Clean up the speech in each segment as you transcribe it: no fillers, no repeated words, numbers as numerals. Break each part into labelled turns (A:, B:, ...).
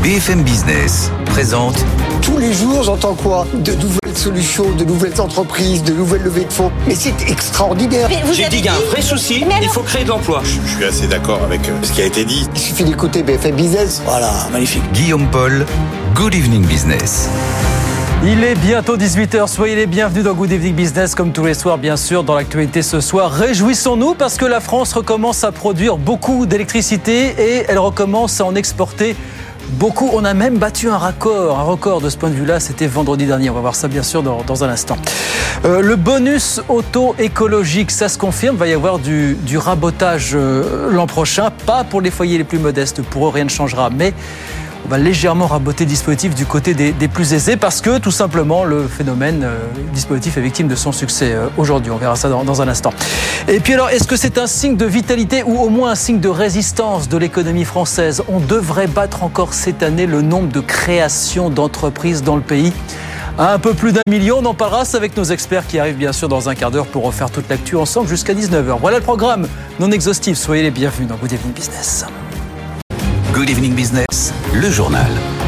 A: BFM Business présente.
B: Tous les jours, j'entends quoi ? De nouvelles solutions, de nouvelles entreprises, de nouvelles levées de fonds. Mais c'est extraordinaire.
C: J'ai dit qu'il y a un vrai souci, il faut créer de l'emploi.
D: Je suis assez d'accord avec ce qui a été dit.
B: Il suffit d'écouter BFM Business. Voilà, magnifique.
A: Guillaume Paul, Good Evening Business.
E: Il est bientôt 18h, soyez les bienvenus dans Good Evening Business, comme tous les soirs bien sûr. Dans l'actualité ce soir, réjouissons-nous parce que la France recommence à produire beaucoup d'électricité et elle recommence à en exporter beaucoup. On a même battu un record de ce point de vue-là, c'était vendredi dernier. On va voir ça bien sûr dans un instant. Le bonus auto écologique, ça se confirme, il va y avoir du rabotage l'an prochain, pas pour les foyers les plus modestes, pour eux rien ne changera, mais on va légèrement raboter le dispositif du côté des plus aisés parce que tout simplement le dispositif est victime de son succès aujourd'hui. On verra ça dans un instant. Et puis alors, est-ce que c'est un signe de vitalité ou au moins un signe de résistance de l'économie française ? On devrait battre encore cette année le nombre de créations d'entreprises dans le pays. Un peu plus d'1 million, on en parlera, c'est avec nos experts qui arrivent bien sûr dans un quart d'heure pour refaire toute l'actu ensemble jusqu'à 19h. Voilà le programme non exhaustif, soyez les bienvenus dans Good Evening Business.
A: Good Evening Business, le journal.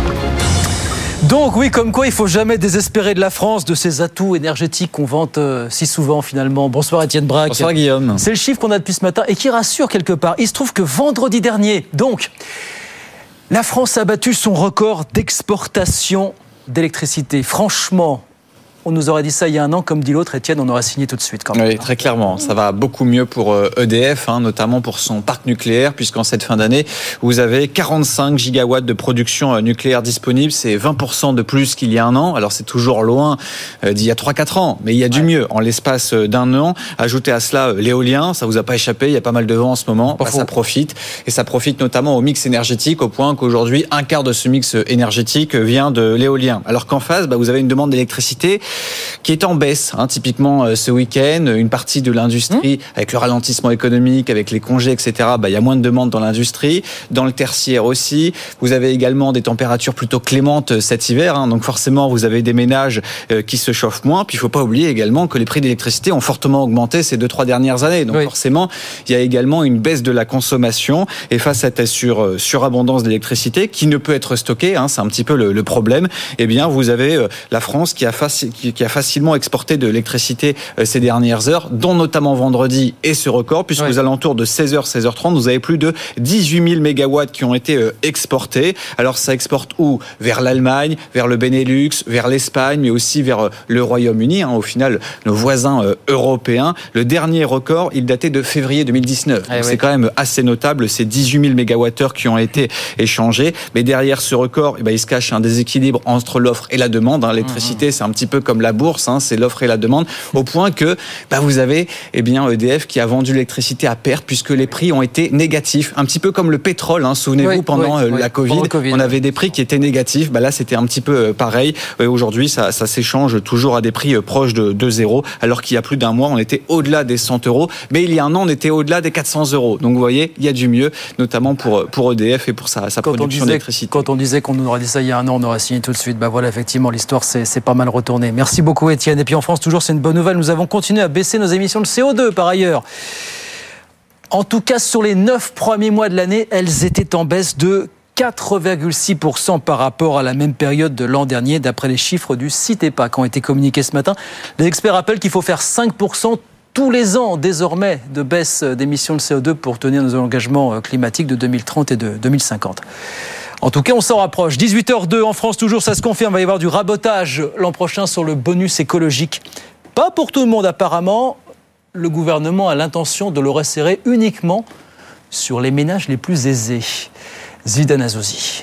E: Donc oui, comme quoi il ne faut jamais désespérer de la France, de ses atouts énergétiques qu'on vante si souvent finalement. Bonsoir Étienne Braque.
F: Bonsoir Guillaume.
E: C'est le chiffre qu'on a depuis ce matin et qui rassure quelque part. Il se trouve que vendredi dernier, donc, la France a battu son record d'exportation d'électricité. Franchement, on nous aurait dit ça il y a un an, comme dit l'autre, Étienne, on aurait signé tout de suite quand même.
F: Oui, très clairement. Ça va beaucoup mieux pour EDF, notamment pour son parc nucléaire, puisqu'en cette fin d'année, vous avez 45 gigawatts de production nucléaire disponible. C'est 20% de plus qu'il y a un an. Alors c'est toujours loin d'il y a 3-4 ans, mais il y a du mieux en l'espace d'un an. Ajoutez à cela l'éolien, ça vous a pas échappé, il y a pas mal de vent en ce moment. Ça profite. Et ça profite notamment au mix énergétique, au point qu'aujourd'hui, un quart de ce mix énergétique vient de l'éolien. Alors qu'en face, vous avez une demande d'électricité qui est en baisse, typiquement ce week-end. Une partie de l'industrie, avec le ralentissement économique, avec les congés, etc., il y a moins de demandes dans l'industrie. Dans le tertiaire aussi, vous avez également des températures plutôt clémentes cet hiver. Donc forcément, vous avez des ménages qui se chauffent moins. Puis il ne faut pas oublier également que les prix d'électricité ont fortement augmenté ces 2-3 dernières années. Donc forcément, il y a également une baisse de la consommation. Et face à cette surabondance d'électricité qui ne peut être stockée, c'est un petit peu le problème, eh bien vous avez la France qui a facilement exporté de l'électricité ces dernières heures, dont notamment vendredi et ce record, puisque aux alentours de 16h, 16h30, vous avez plus de 18 000 mégawatts qui ont été exportés. Alors ça exporte où ? Vers l'Allemagne, vers le Benelux, vers l'Espagne, mais aussi vers le Royaume-Uni, au final, nos voisins européens. Le dernier record, il datait de février 2019. C'est quand même assez notable, ces 18 000 mégawattheures qui ont été échangés. Mais derrière ce record, il se cache un déséquilibre entre l'offre et la demande. L'électricité, c'est un petit peu comme la bourse, c'est l'offre et la demande, au point que vous avez EDF qui a vendu l'électricité à perte puisque les prix ont été négatifs, un petit peu comme le pétrole, souvenez-vous, pendant la Covid, on avait des prix qui étaient négatifs, là c'était un petit peu pareil. Aujourd'hui ça s'échange toujours à des prix proches de zéro, alors qu'il y a plus d'un mois on était au-delà des 100 €, mais il y a un an on était au-delà des 400 €. Donc vous voyez, il y a du mieux, notamment pour EDF et pour sa production d'électricité.
E: Quand on disait qu'on nous aurait dit ça il y a un an, on aurait signé tout de suite. Voilà, effectivement, l'histoire c'est pas mal retourné. Merci beaucoup Étienne. Et puis en France, toujours, c'est une bonne nouvelle. Nous avons continué à baisser nos émissions de CO2 par ailleurs. En tout cas, sur les 9 premiers mois de l'année, elles étaient en baisse de 4,6% par rapport à la même période de l'an dernier, d'après les chiffres du CITEPA qui ont été communiqués ce matin. Les experts rappellent qu'il faut faire 5% tous les ans, désormais, de baisse d'émissions de CO2 pour tenir nos engagements climatiques de 2030 et de 2050. En tout cas, on s'en rapproche. 18h02 en France, toujours, ça se confirme. Il va y avoir du rabotage l'an prochain sur le bonus écologique. Pas pour tout le monde, apparemment. Le gouvernement a l'intention de le resserrer uniquement sur les ménages les plus aisés. Zidane Azouzi.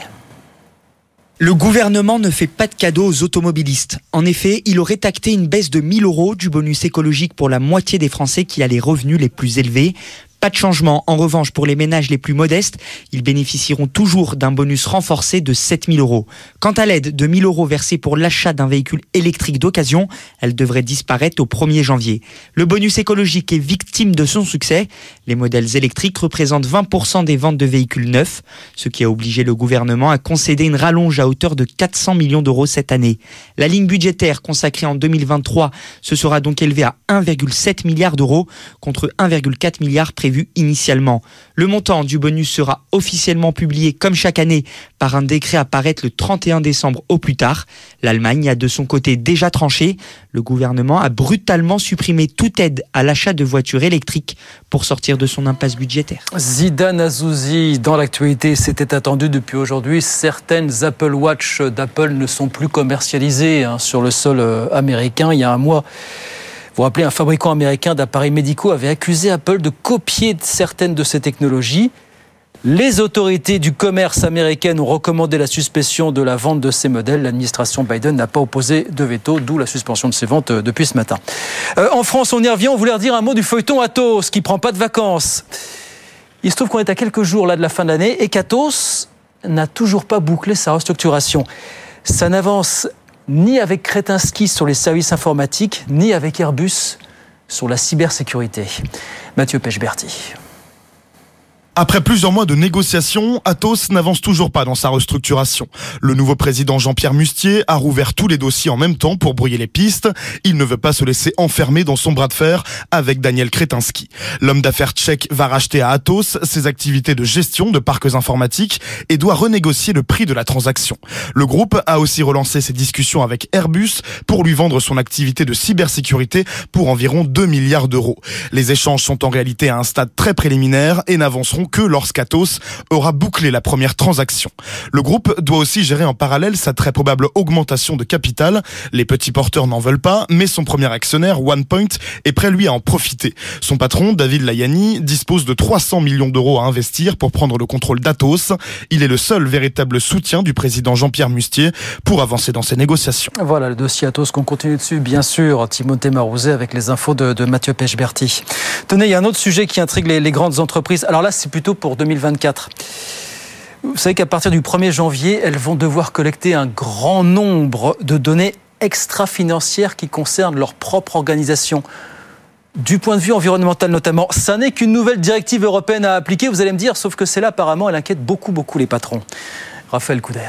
G: Le gouvernement ne fait pas de cadeaux aux automobilistes. En effet, il aurait acté une baisse de 1 000 € du bonus écologique pour la moitié des Français qui a les revenus les plus élevés. Pas de changement. En revanche, pour les ménages les plus modestes, ils bénéficieront toujours d'un bonus renforcé de 7 000 €. Quant à l'aide de 1 000 € versée pour l'achat d'un véhicule électrique d'occasion, elle devrait disparaître au 1er janvier. Le bonus écologique est victime de son succès. Les modèles électriques représentent 20% des ventes de véhicules neufs, ce qui a obligé le gouvernement à concéder une rallonge à hauteur de 400 millions € cette année. La ligne budgétaire consacrée en 2023 se sera donc élevée à 1,7 milliard € contre 1,4 milliard prévu prévu initialement. Le montant du bonus sera officiellement publié comme chaque année par un décret à paraître le 31 décembre au plus tard. L'Allemagne a de son côté déjà tranché. Le gouvernement a brutalement supprimé toute aide à l'achat de voitures électriques pour sortir de son impasse budgétaire.
E: Zidane Azouzi, dans l'actualité, c'était attendu depuis aujourd'hui. Certaines Apple Watch d'Apple ne sont plus commercialisées sur le sol américain. Il y a un mois, vous vous rappelez, un fabricant américain d'appareils médicaux avait accusé Apple de copier certaines de ses technologies. Les autorités du commerce américaines ont recommandé la suspension de la vente de ces modèles. L'administration Biden n'a pas opposé de veto, d'où la suspension de ces ventes depuis ce matin. En France, on y revient. On voulait redire un mot du feuilleton Atos, qui ne prend pas de vacances. Il se trouve qu'on est à quelques jours là, de la fin de l'année et qu'Atos n'a toujours pas bouclé sa restructuration. Ça n'avance ni avec Kretinsky sur les services informatiques, ni avec Airbus sur la cybersécurité. Mathieu Pechberti.
H: Après plusieurs mois de négociations, Atos n'avance toujours pas dans sa restructuration. Le nouveau président Jean-Pierre Mustier a rouvert tous les dossiers en même temps pour brouiller les pistes. Il ne veut pas se laisser enfermer dans son bras de fer avec Daniel Kretinsky. L'homme d'affaires tchèque va racheter à Atos ses activités de gestion de parcs informatiques et doit renégocier le prix de la transaction. Le groupe a aussi relancé ses discussions avec Airbus pour lui vendre son activité de cybersécurité pour environ 2 milliards d'euros. Les échanges sont en réalité à un stade très préliminaire et n'avanceront que lorsqu'Atos aura bouclé la première transaction. Le groupe doit aussi gérer en parallèle sa très probable augmentation de capital. Les petits porteurs n'en veulent pas, mais son premier actionnaire, OnePoint, est prêt lui à en profiter. Son patron, David Layani, dispose de 300 millions d'euros à investir pour prendre le contrôle d'Atos. Il est le seul véritable soutien du président Jean-Pierre Mustier pour avancer dans ces négociations.
E: Voilà le dossier Atos qu'on continue dessus, bien sûr. Timothée Marouzet avec les infos de Mathieu Pechberti. Tenez, il y a un autre sujet qui intrigue les grandes entreprises. Alors là, c'est plutôt pour 2024. Vous savez qu'à partir du 1er janvier, elles vont devoir collecter un grand nombre de données extra-financières qui concernent leur propre organisation. Du point de vue environnemental notamment, ça n'est qu'une nouvelle directive européenne à appliquer, vous allez me dire, sauf que celle-là, apparemment, elle inquiète beaucoup les patrons. Raphaël Couder.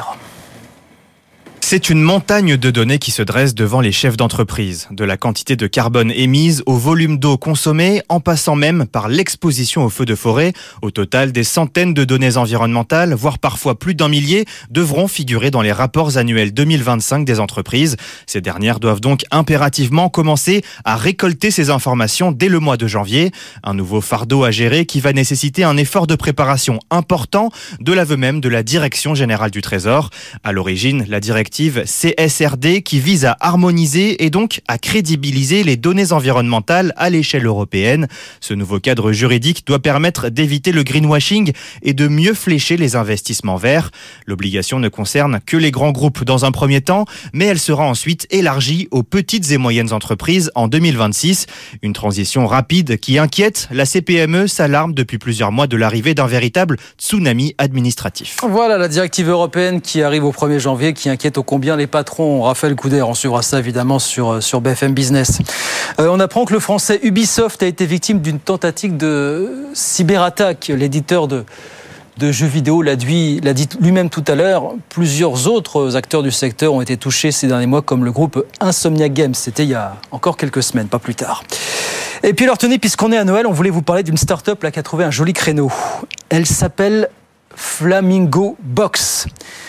I: C'est une montagne de données qui se dresse devant les chefs d'entreprise. De la quantité de carbone émise au volume d'eau consommée, en passant même par l'exposition aux feux de forêt. Au total, des centaines de données environnementales, voire parfois plus d'1 millier, devront figurer dans les rapports annuels 2025 des entreprises. Ces dernières doivent donc impérativement commencer à récolter ces informations dès le mois de janvier. Un nouveau fardeau à gérer qui va nécessiter un effort de préparation important, de l'aveu même de la Direction Générale du Trésor. À l'origine, la directive CSRD qui vise à harmoniser et donc à crédibiliser les données environnementales à l'échelle européenne. Ce nouveau cadre juridique doit permettre d'éviter le greenwashing et de mieux flécher les investissements verts. L'obligation ne concerne que les grands groupes dans un premier temps, mais elle sera ensuite élargie aux petites et moyennes entreprises en 2026. Une transition rapide qui inquiète. La CPME s'alarme depuis plusieurs mois de l'arrivée d'un véritable tsunami administratif.
E: Voilà la directive européenne qui arrive au 1er janvier, qui inquiète au combien les patrons. Raphaël Couder, on suivra ça évidemment sur BFM Business. On apprend que le français Ubisoft a été victime d'une tentative de cyberattaque. L'éditeur de jeux vidéo l'a dit lui-même tout à l'heure. Plusieurs autres acteurs du secteur ont été touchés ces derniers mois, comme le groupe Insomniac Games. C'était il y a encore quelques semaines, pas plus tard. Et puis alors tenez, puisqu'on est à Noël, on voulait vous parler d'une start-up là, qui a trouvé un joli créneau. Elle s'appelle Flamingo Box.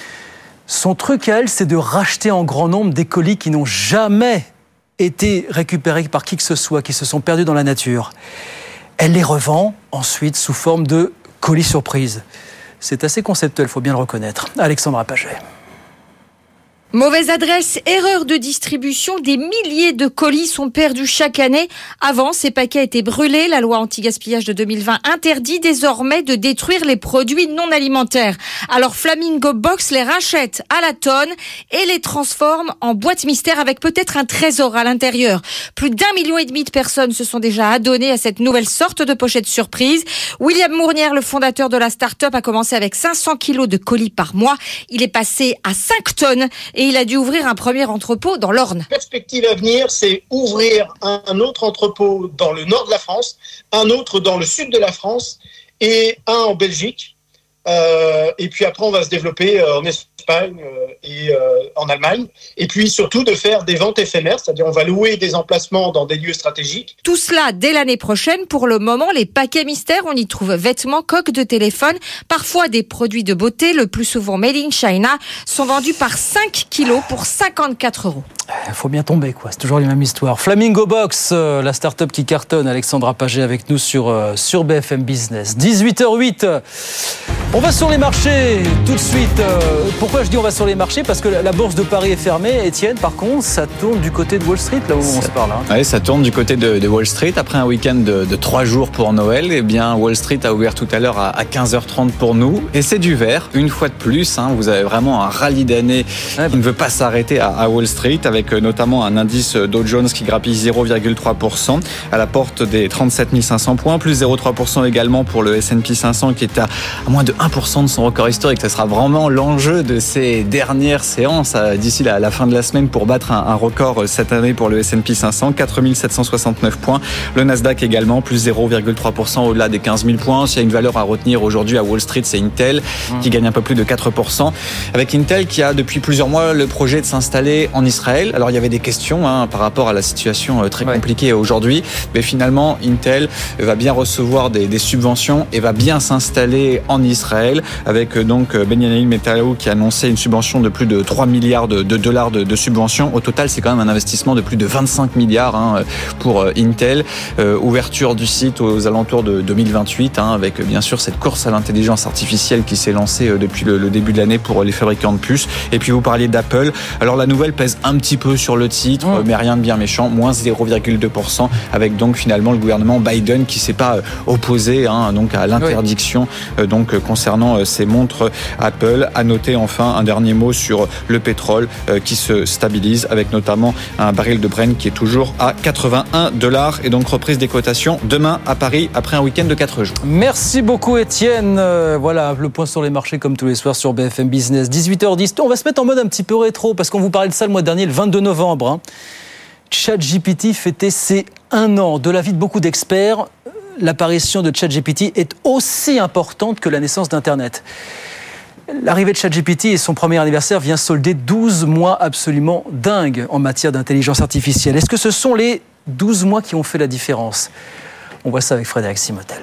E: Son truc à elle, c'est de racheter en grand nombre des colis qui n'ont jamais été récupérés par qui que ce soit, qui se sont perdus dans la nature. Elle les revend ensuite sous forme de colis surprise. C'est assez conceptuel, il faut bien le reconnaître. Alexandra Paget.
J: Mauvaise adresse, erreur de distribution, des milliers de colis sont perdus chaque année. Avant, ces paquets étaient brûlés. La loi anti-gaspillage de 2020 interdit désormais de détruire les produits non alimentaires. Alors Flamingo Box les rachète à la tonne et les transforme en boîte mystère avec peut-être un trésor à l'intérieur. Plus d'1,5 million de personnes se sont déjà adonnées à cette nouvelle sorte de pochette surprise. William Mournière, le fondateur de la start-up, a commencé avec 500 kilos de colis par mois. Il est passé à 5 tonnes et il a dû ouvrir un premier entrepôt dans l'Orne.
K: La perspective à venir, c'est ouvrir un autre entrepôt dans le nord de la France, un autre dans le sud de la France et un en Belgique. Et puis après, on va se développer en Espagne et en Allemagne. Et puis surtout de faire des ventes éphémères, c'est-à-dire on va louer des emplacements dans des lieux stratégiques.
J: Tout cela dès l'année prochaine. Pour le moment, les paquets mystères, on y trouve vêtements, coques de téléphone, parfois des produits de beauté, le plus souvent made in China, sont vendus par 5 kilos pour 54 €.
E: Il faut bien tomber, quoi. C'est toujours les mêmes histoires. Flamingo Box, la start-up qui cartonne. Alexandra Paget avec nous sur BFM Business. 18h08. On va sur les marchés tout de suite. Pourquoi je dis on va sur les marchés ? Parce que la bourse de Paris est fermée. Étienne, par contre, ça tourne du côté de Wall Street, là où on se parle.
F: Oui, ça tourne du côté de Wall Street. Après un week-end de 3 jours pour Noël, eh bien, Wall Street a ouvert tout à l'heure à 15h30 pour nous. Et c'est du vert, une fois de plus. Vous avez vraiment un rallye d'année qui ne veut pas s'arrêter à Wall Street, avec notamment un indice Dow Jones qui grappille 0,3% à la porte des 37 500 points, plus 0,3% également pour le S&P 500 qui est à moins de 1% de son record historique. Ça sera vraiment l'enjeu de ces dernières séances d'ici la fin de la semaine pour battre un record cette année pour le S&P 500, 4 769 points. Le Nasdaq également, plus 0,3% au-delà des 15 000 points. S'il y a une valeur à retenir aujourd'hui à Wall Street, c'est Intel qui gagne un peu plus de 4%. Avec Intel qui a depuis plusieurs mois le projet de s'installer en Israël. Alors il y avait des questions par rapport à la situation très compliquée aujourd'hui, mais finalement Intel va bien recevoir des subventions et va bien s'installer en Israël, avec donc Benjamin Netanyahu qui a annoncé une subvention de plus de 3 milliards de dollars de subventions. Au total, c'est quand même un investissement de plus de 25 milliards pour Intel. Ouverture du site aux alentours de 2028, avec bien sûr cette course à l'intelligence artificielle qui s'est lancée depuis le début de l'année pour les fabricants de puces. Et puis vous parliez d'Apple. Alors la nouvelle pèse un petit peu sur le titre, mais rien de bien méchant, moins 0,2%, avec donc finalement le gouvernement Biden qui s'est pas opposé donc à l'interdiction donc concernant ces montres Apple. À noter enfin un dernier mot sur le pétrole qui se stabilise, avec notamment un baril de Brent qui est toujours à $81 et donc reprise des cotations demain à Paris après un week-end de 4 jours.
E: Merci beaucoup Étienne. Voilà le point sur les marchés comme tous les soirs sur BFM Business. 18h10. On va se mettre en mode un petit peu rétro parce qu'on vous parlait de ça le mois dernier, le 22 novembre. ChatGPT fêtait ses 1 an. De l'avis de beaucoup d'experts, l'apparition de ChatGPT est aussi importante que la naissance d'Internet. L'arrivée de ChatGPT et son premier anniversaire vient solder 12 mois absolument dingues en matière d'intelligence artificielle. Est-ce que ce sont les 12 mois qui ont fait la différence ? On voit ça avec Frédéric Simotel.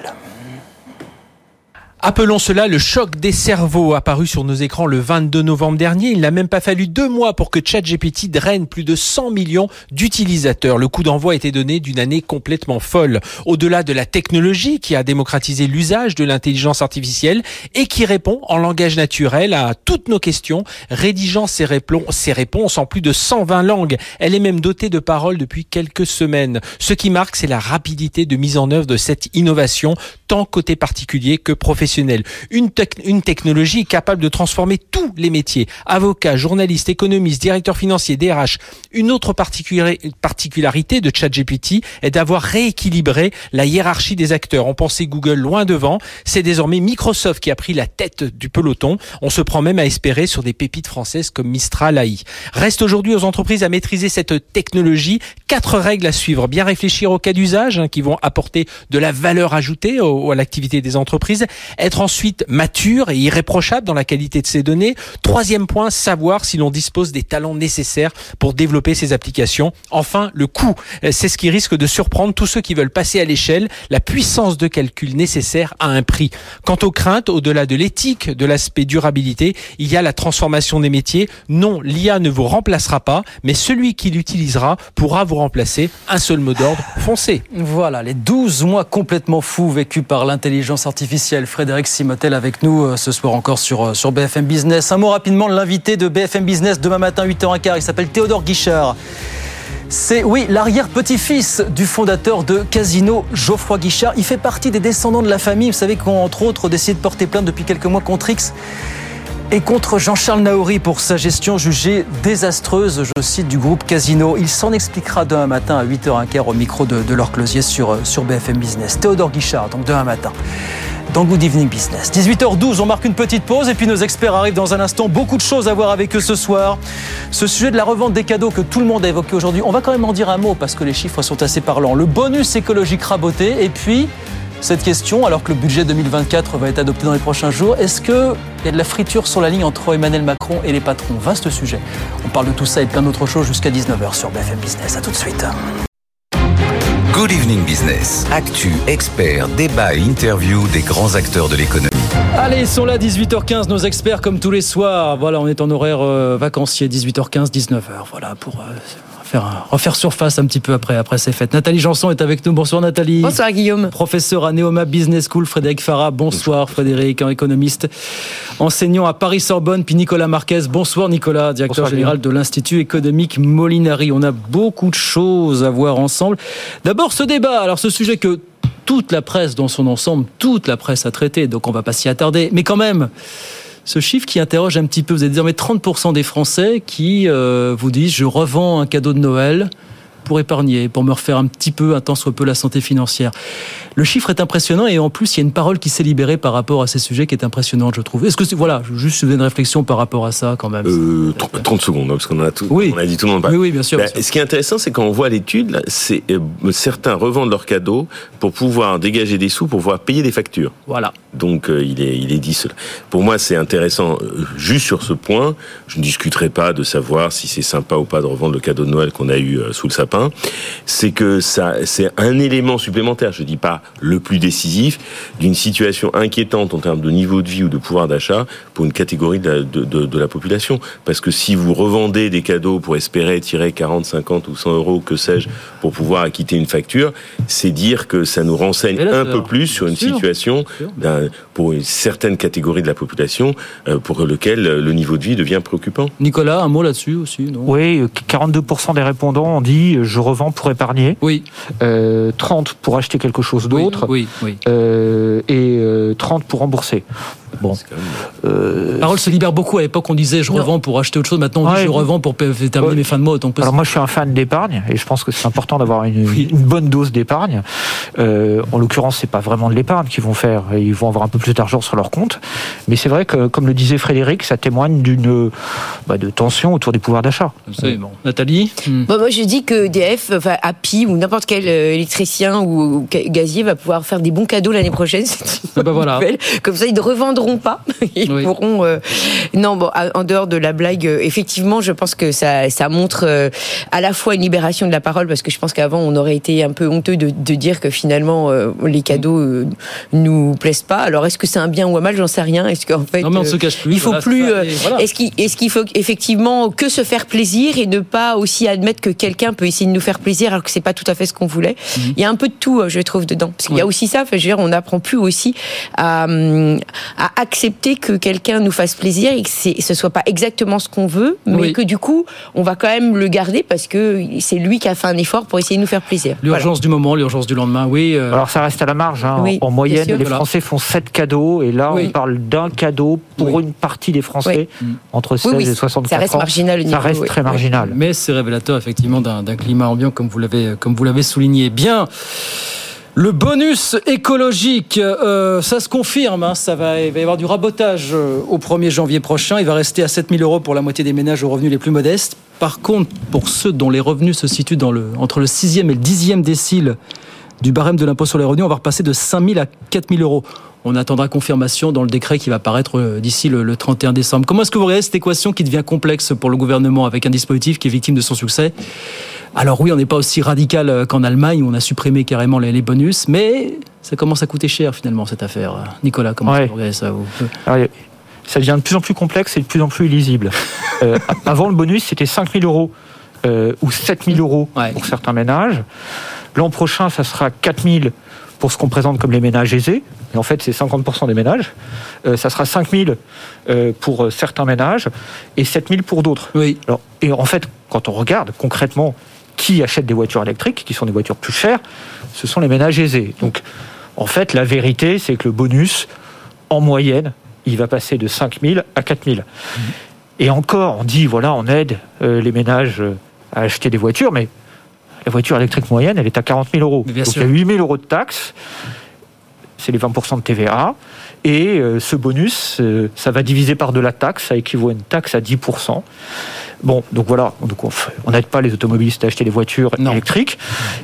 L: Appelons cela le choc des cerveaux, apparu sur nos écrans le 22 novembre dernier. Il n'a même pas fallu 2 mois pour que ChatGPT draine plus de 100 millions d'utilisateurs. Le coup d'envoi a été donné d'une année complètement folle. Au-delà de la technologie qui a démocratisé l'usage de l'intelligence artificielle et qui répond en langage naturel à toutes nos questions, rédigeant ses réponses en plus de 120 langues. Elle est même dotée de paroles depuis quelques semaines. Ce qui marque, c'est la rapidité de mise en œuvre de cette innovation, tant côté particulier que professionnel. Une technologie capable de transformer tous les métiers. Avocats, journalistes, économistes, directeurs financiers, DRH. Une autre particularité de ChatGPT est d'avoir rééquilibré la hiérarchie des acteurs. On pensait Google loin devant. C'est désormais Microsoft qui a pris la tête du peloton. On se prend même à espérer sur des pépites françaises comme Mistral AI. Reste aujourd'hui aux entreprises à maîtriser cette technologie. 4 règles à suivre. Bien réfléchir aux cas d'usage qui vont apporter de la valeur ajoutée à l'activité des entreprises. Être ensuite mature et irréprochable dans la qualité de ses données. 3e point, savoir si l'on dispose des talents nécessaires pour développer ces applications. Enfin, le coût. C'est ce qui risque de surprendre tous ceux qui veulent passer à l'échelle. La puissance de calcul nécessaire a un prix. Quant aux craintes, au-delà de l'éthique, de l'aspect durabilité, il y a la transformation des métiers. Non, l'IA ne vous remplacera pas, mais celui qui l'utilisera pourra vous remplacer. Un seul mot d'ordre, foncez.
E: Voilà, les 12 mois complètement fous vécus par l'intelligence artificielle. Frédéric Simotel avec nous ce soir encore sur BFM Business. Un mot rapidement de l'invité de BFM Business demain matin 8h15. Il s'appelle Théodore Guichard. C'est, l'arrière-petit-fils du fondateur de Casino, Geoffroy Guichard. Il fait partie des descendants de la famille. Vous savez qu'on, entre autres, décide de porter plainte depuis quelques mois contre X et contre Jean-Charles Naouri pour sa gestion jugée désastreuse, je cite, du groupe Casino. Il s'en expliquera demain matin à 8h15 au micro de Laure Closier sur BFM Business. Théodore Guichard, donc demain matin, dans Good Evening Business. 18h12, on marque une petite pause et puis nos experts arrivent dans un instant. Beaucoup de choses à voir avec eux ce soir. Ce sujet de la revente des cadeaux que tout le monde a évoqué aujourd'hui, on va quand même en dire un mot parce que les chiffres sont assez parlants. Le bonus écologique raboté et puis cette question, alors que le budget 2024 va être adopté dans les prochains jours. Est-ce qu'il y a de la friture sur la ligne entre Emmanuel Macron et les patrons? Vaste sujet. On parle de tout ça et plein d'autres choses jusqu'à 19h sur BFM Business. À tout de suite.
A: Good Evening Business. Actu, experts, débat et interview des grands acteurs de l'économie.
E: Allez, ils sont là, 18h15, nos experts comme tous les soirs. Voilà, on est en horaire vacancier, 18h15, 19h. Voilà, pour refaire surface un petit peu après ces fêtes. Nathalie Janson est avec nous. Bonsoir Nathalie.
M: Bonsoir Guillaume.
E: Professeur à Neoma Business School. Frédéric Farah. Bonsoir Frédéric, économiste, enseignant à Paris-Sorbonne. Puis Nicolas Marquez. Bonsoir Nicolas, directeur général de l'Institut économique Molinari. On a beaucoup de choses à voir ensemble. D'abord ce débat, alors ce sujet que toute la presse dans son ensemble, toute la presse a traité, donc on ne va pas s'y attarder. Mais quand même, ce chiffre qui interroge un petit peu, vous avez désormais 30% des Français qui vous disent « je revends un cadeau de Noël pour épargner, pour me refaire un petit peu, un tant soit peu, la santé financière ». Le chiffre est impressionnant et en plus, il y a une parole qui s'est libérée par rapport à ces sujets qui est impressionnante, je trouve. Est-ce que juste vous donner une réflexion par rapport à ça quand même
D: 30 secondes, parce qu'on a tout,
E: oui.
D: On a dit tout le monde.
E: Oui, bien sûr.
D: Ce qui est intéressant, c'est quand on voit l'étude, là, c'est certains revendent leurs cadeaux pour pouvoir dégager des sous, pour pouvoir payer des factures.
E: Voilà.
D: Donc il est dit cela. Pour moi, c'est intéressant. Juste sur ce point, je ne discuterai pas de savoir si c'est sympa ou pas de revendre le cadeau de Noël qu'on a eu sous le sapin. C'est que ça, c'est un élément supplémentaire. Je dis pas le plus décisif d'une situation inquiétante en termes de niveau de vie ou de pouvoir d'achat pour une catégorie de la population. Parce que si vous revendez des cadeaux pour espérer tirer 40, 50 ou 100 euros, que sais-je, pour pouvoir acquitter une facture, c'est dire que ça nous renseigne un peu plus sur une situation pour une certaine catégorie de la population pour lequel le niveau de vie devient préoccupant.
E: Nicolas, un mot là-dessus aussi, non ?
N: Oui, 42% des répondants ont dit je revends pour épargner.
E: Oui.
N: 30 pour acheter quelque chose d'autre.
E: Oui.
N: Et 30 pour rembourser. Bon.
E: La parole se libère beaucoup. À l'époque, on disait je revends pour acheter autre chose. Maintenant, on dit je revends pour terminer mes fins de mois.
N: Alors moi, je suis un fan d'épargne et je pense que c'est important d'avoir une bonne dose d'épargne. En l'occurrence, c'est pas vraiment de l'épargne qu'ils vont faire. Ils vont avoir un peu plus d'argent sur leur compte. Mais c'est vrai que, comme le disait Frédéric, ça témoigne de tension autour des pouvoirs d'achat.
E: Bon. Nathalie
M: moi, je dis que EDF, API ou n'importe quel électricien ou gazier va pouvoir faire des bons cadeaux l'année prochaine. C'est une nouvelle. Comme ça, ils ne revendront pas. Ils pourront... en dehors de la blague, effectivement, je pense que ça montre à la fois une libération de la parole, parce que je pense qu'avant, on aurait été un peu honteux de dire que finalement, les cadeaux nous plaisent pas. Alors, est-ce que c'est un bien ou un mal ? J'en sais rien. Est-ce qu'en fait,
E: non, mais on se cache plus.
M: Il faut plus... Est-ce qu'il faut effectivement que se faire plaisir et ne pas aussi admettre que quelqu'un peut essayer de nous faire plaisir alors que c'est pas tout à fait ce qu'on voulait. Il y a un peu de tout, je trouve, dedans. Parce qu'il y a aussi ça, on n'apprend plus aussi à accepter que quelqu'un nous fasse plaisir et que ce soit pas exactement ce qu'on veut, mais que du coup, on va quand même le garder parce que c'est lui qui a fait un effort pour essayer de nous faire plaisir.
E: L'urgence du moment, l'urgence du lendemain, oui.
N: Alors ça reste à la marge. En moyenne, les Français font 7 cadeaux et là, on parle d'un cadeau pour une partie des Français entre 16 et 64 ans.
M: Ça reste marginal au niveau.
N: Ça reste très marginal.
E: Mais c'est révélateur effectivement d'un climat ambiant comme vous l'avez souligné. Bien. Le bonus écologique, ça se confirme, il va y avoir du rabotage au 1er janvier prochain. Il va rester à 7 000 euros pour la moitié des ménages aux revenus les plus modestes. Par contre, pour ceux dont les revenus se situent entre le 6e et le 10e décile du barème de l'impôt sur les revenus, on va repasser de 5 000 à 4 000 euros. On attendra confirmation dans le décret qui va paraître d'ici le 31 décembre. Comment est-ce que vous regardez cette équation qui devient complexe pour le gouvernement avec un dispositif qui est victime de son succès ? Alors oui, on n'est pas aussi radical qu'en Allemagne où on a supprimé carrément les bonus, mais ça commence à coûter cher finalement cette affaire. Nicolas, comment vous regardez ça vous ?
N: Alors, ça devient de plus en plus complexe et de plus en plus illisible. Avant, le bonus, c'était 5 000 euros ou 7 000 euros pour certains ménages. L'an prochain, ça sera 4 000 pour ce qu'on présente comme les ménages aisés. Et en fait, c'est 50% des ménages. Ça sera 5 000 pour certains ménages et 7 000 pour d'autres.
E: Oui.
N: Alors, et en fait, quand on regarde concrètement qui achète des voitures électriques, qui sont des voitures plus chères, ce sont les ménages aisés. Donc, en fait, la vérité, c'est que le bonus, en moyenne, il va passer de 5 000 à 4 000. Et encore, on dit, on aide les ménages à acheter des voitures, mais la voiture électrique moyenne, elle est à 40 000 euros. Donc, il y a 8 000 euros de taxes, c'est les 20% de TVA, et ce bonus, ça va diviser par de la taxe, ça équivaut à une taxe à 10%. Bon, donc voilà, on n'aide pas les automobilistes à acheter des voitures électriques.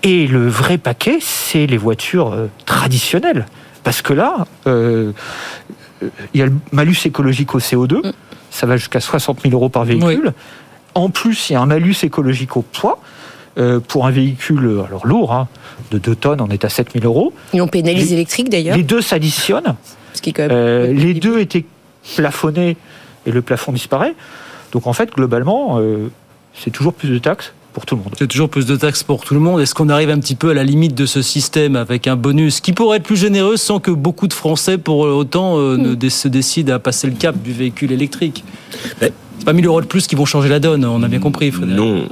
N: Et le vrai paquet, c'est les voitures traditionnelles. Parce que là, il y a le malus écologique au CO2, ça va jusqu'à 60 000 euros par véhicule. Oui. En plus, il y a un malus écologique au poids. Pour un véhicule alors lourd, de 2 tonnes, on est à 7 000 euros.
M: Et on pénalise l'électrique d'ailleurs.
N: Les deux s'additionnent.
M: Ce qui est quand même
N: les deux étaient plafonnés et le plafond disparaît. Donc en fait, globalement, c'est toujours plus de taxes pour tout le monde.
E: C'est toujours plus de taxes pour tout le monde. Est-ce qu'on arrive un petit peu à la limite de ce système avec un bonus qui pourrait être plus généreux sans que beaucoup de Français pour autant se décident à passer le cap du véhicule électrique? C'est pas 1 000 euros de plus qui vont changer la donne, on a bien compris, Frédéric.
D: Non.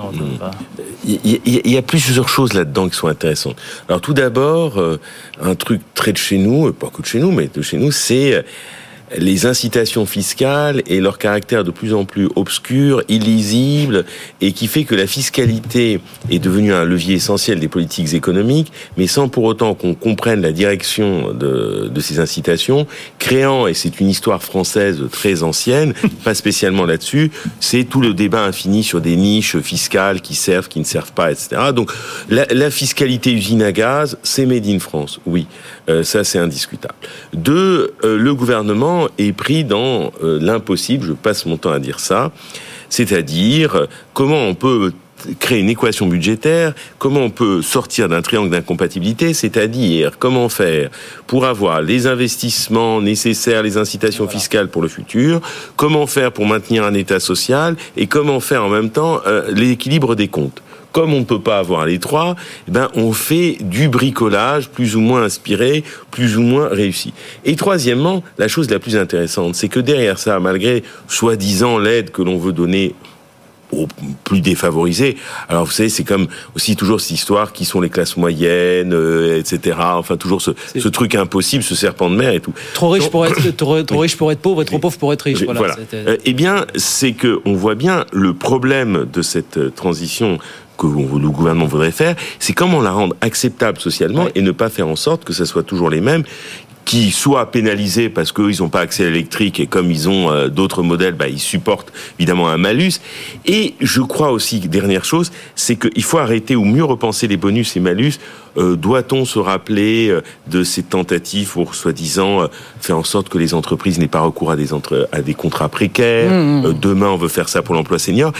D: Il y a plusieurs choses là-dedans qui sont intéressantes. Alors tout d'abord, un truc très de chez nous, pas que de chez nous, mais de chez nous, c'est les incitations fiscales et leur caractère de plus en plus obscur, illisible, et qui fait que la fiscalité est devenue un levier essentiel des politiques économiques, mais sans pour autant qu'on comprenne la direction de ces incitations, créant, et c'est une histoire française très ancienne, pas spécialement là-dessus, c'est tout le débat infini sur des niches fiscales qui servent, qui ne servent pas, etc. Donc la fiscalité usine à gaz, c'est made in France, oui, ça c'est indiscutable. 2, le gouvernement est pris dans l'impossible, je passe mon temps à dire ça, c'est-à-dire comment on peut créer une équation budgétaire, comment on peut sortir d'un triangle d'incompatibilité, c'est-à-dire comment faire pour avoir les investissements nécessaires, les incitations fiscales pour le futur, comment faire pour maintenir un État social et comment faire en même temps l'équilibre des comptes. Comme on ne peut pas avoir les trois, on fait du bricolage plus ou moins inspiré, plus ou moins réussi. Et troisièmement, la chose la plus intéressante, c'est que derrière ça, malgré soi-disant l'aide que l'on veut donner aux plus défavorisés. Alors vous savez, c'est comme aussi toujours cette histoire qui sont les classes moyennes, etc. Enfin toujours ce truc impossible, ce serpent de mer et tout.
E: Trop riche pour être pauvre et trop pauvre pour être riche.
D: Voilà. Eh bien, c'est que on voit bien le problème de cette transition que le gouvernement voudrait faire, c'est comment la rendre acceptable socialement et ne pas faire en sorte que ce soit toujours les mêmes qui soient pénalisés parce qu'ils n'ont pas accès à l'électrique et comme ils ont d'autres modèles, ils supportent évidemment un malus. Et je crois aussi, dernière chose, c'est qu'il faut arrêter ou mieux repenser les bonus et malus. Doit-on se rappeler de ces tentatives pour soi-disant faire en sorte que les entreprises n'aient pas recours à des contrats précaires. Demain, on veut faire ça pour l'emploi senior.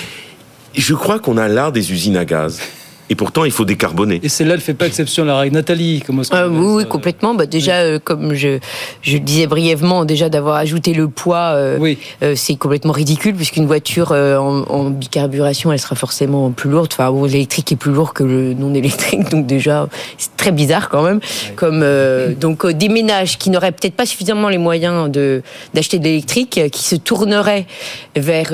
D: Je crois qu'on a l'art des usines à gaz. Et pourtant, il faut décarboner.
E: Et celle-là, elle ne fait pas exception à la règle. Nathalie, comment est-ce que
M: oui, complètement. Déjà, comme je le disais brièvement, déjà d'avoir ajouté le poids, c'est complètement ridicule, puisqu'une voiture en bicarburation, elle sera forcément plus lourde. Enfin, l'électrique est plus lourd que le non-électrique, donc déjà, c'est très bizarre quand même. Donc, des ménages qui n'auraient peut-être pas suffisamment les moyens d'acheter de l'électrique, qui se tourneraient vers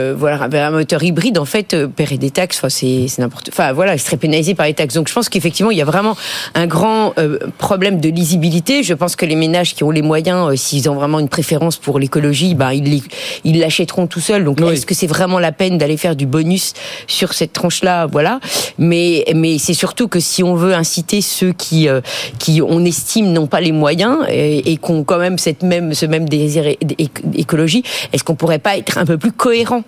M: un moteur hybride, en fait, paieraient des taxes. Enfin, c'est n'importe. Enfin, voilà. Serait pénalisé par les taxes. Donc je pense qu'effectivement il y a vraiment un grand problème de lisibilité. Je pense que les ménages qui ont les moyens, s'ils ont vraiment une préférence pour l'écologie, ils l'achèteront tout seuls. Donc est-ce que c'est vraiment la peine d'aller faire du bonus sur cette tranche-là? Voilà. Mais c'est surtout que si on veut inciter ceux qui on estime n'ont pas les moyens et qui ont quand même ce même désir écologie, est-ce qu'on pourrait pas être un peu plus cohérent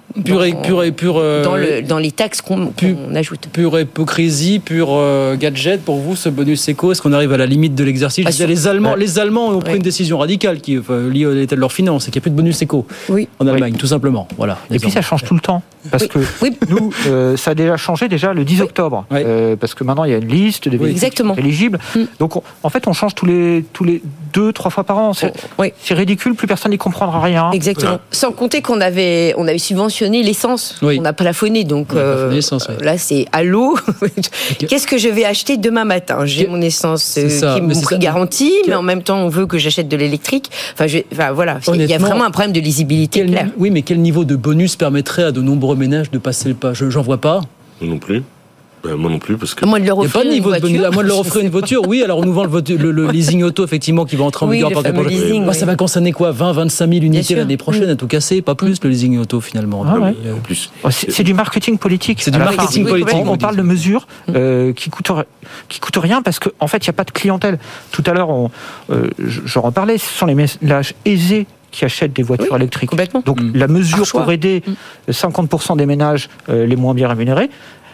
M: dans les taxes qu'on ajoute?
E: Pure hypocrisie, pure gadget pour vous, ce bonus éco? Est-ce qu'on arrive à la limite de l'exercice? Les Allemands ont pris une décision radicale qui liée à l'état de leurs finances, et qu'il n'y a plus de bonus éco en Allemagne, tout simplement. Voilà.
N: Et puis ça change tout le temps, parce que nous, ça a déjà changé le 10 octobre, parce que maintenant il y a une liste de véhicules éligibles. Donc en fait, on change tous les 2-3 fois par an. C'est ridicule, plus personne n'y comprendra rien.
M: Exactement. Sans compter qu'on avait subventionné l'essence, on a plafonné, donc là c'est à l'eau. Qu'est-ce que je vais acheter demain matin? J'ai mon essence qui est mon prix garanti, mais en même temps on veut que j'achète de l'électrique. Voilà, il y a vraiment un problème de lisibilité clair.
E: Oui, mais quel niveau de bonus permettrait à de nombreux ménages de passer le pas? J'en vois pas.
D: Non plus. Moi non plus, parce que...
M: À moins de leur offrir une voiture.
E: À moins de leur offrir une voiture, oui. Alors on nous vend le leasing auto, effectivement, qui va entrer en vigueur par des projets. Ça va concerner quoi? 20-25 000 unités l'année prochaine, à tout casser. Pas plus, le leasing auto, finalement.
N: Plus. C'est du marketing politique.
E: C'est du marketing politique.
N: On parle de mesures qui coûtent rien, parce qu'en fait, il n'y a pas de clientèle. Tout à l'heure, j'en reparlais, ce sont les ménages aisés qui achètent des voitures électriques. Donc la mesure pour aider 50% des ménages les moins bien rémunérés,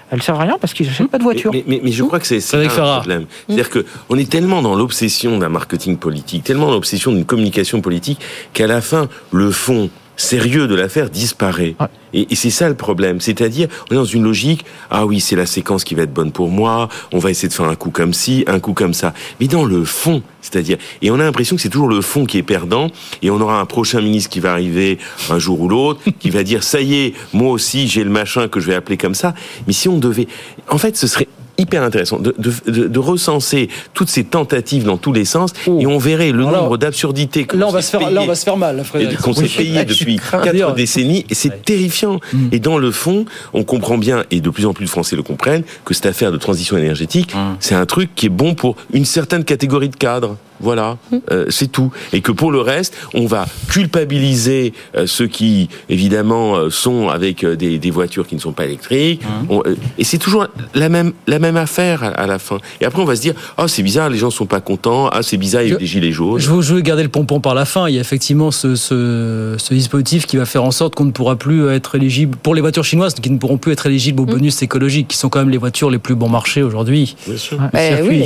N: elles servent à rien parce qu'ils n'achètent pas de voiture.
D: Mais je crois que c'est un problème. C'est-à-dire qu'on est tellement dans l'obsession d'un marketing politique, tellement dans l'obsession d'une communication politique, qu'à la fin, le fond sérieux de l'affaire disparaît. Ouais. Et c'est ça le problème. C'est-à-dire, on est dans une logique, ah oui, c'est la séquence qui va être bonne pour moi, on va essayer de faire un coup comme ci, un coup comme ça. Mais dans le fond, c'est-à-dire, et on a l'impression que c'est toujours le fond qui est perdant, et on aura un prochain ministre qui va arriver un jour ou l'autre, qui va dire, ça y est, moi aussi, j'ai le machin que je vais appeler comme ça. Mais si on devait, en fait, ce serait hyper intéressant de recenser toutes ces tentatives dans tous les sens, et on verrait le nombre d'absurdités que
E: on va se faire mal, Frédéric.
D: Qu'on s'est payé depuis 4 décennies, et c'est terrifiant. Et dans le fond, on comprend bien, et de plus en plus de Français le comprennent, que cette affaire de transition énergétique, c'est un truc qui est bon pour une certaine catégorie de cadres. Voilà, c'est tout. Et que pour le reste, on va culpabiliser ceux qui, évidemment, sont avec des voitures qui ne sont pas électriques. Et c'est toujours la même affaire à la fin. Et après, on va se dire, ah, c'est bizarre, les gens sont pas contents. Ah, c'est bizarre, il y a des gilets jaunes.
E: Je veux garder le pompon par la fin. Il y a effectivement ce dispositif qui va faire en sorte qu'on ne pourra plus être éligible pour les voitures chinoises, qui ne pourront plus être éligibles aux bonus écologiques, qui sont quand même les voitures les plus bon marché aujourd'hui.
D: Bien sûr.
M: Oui,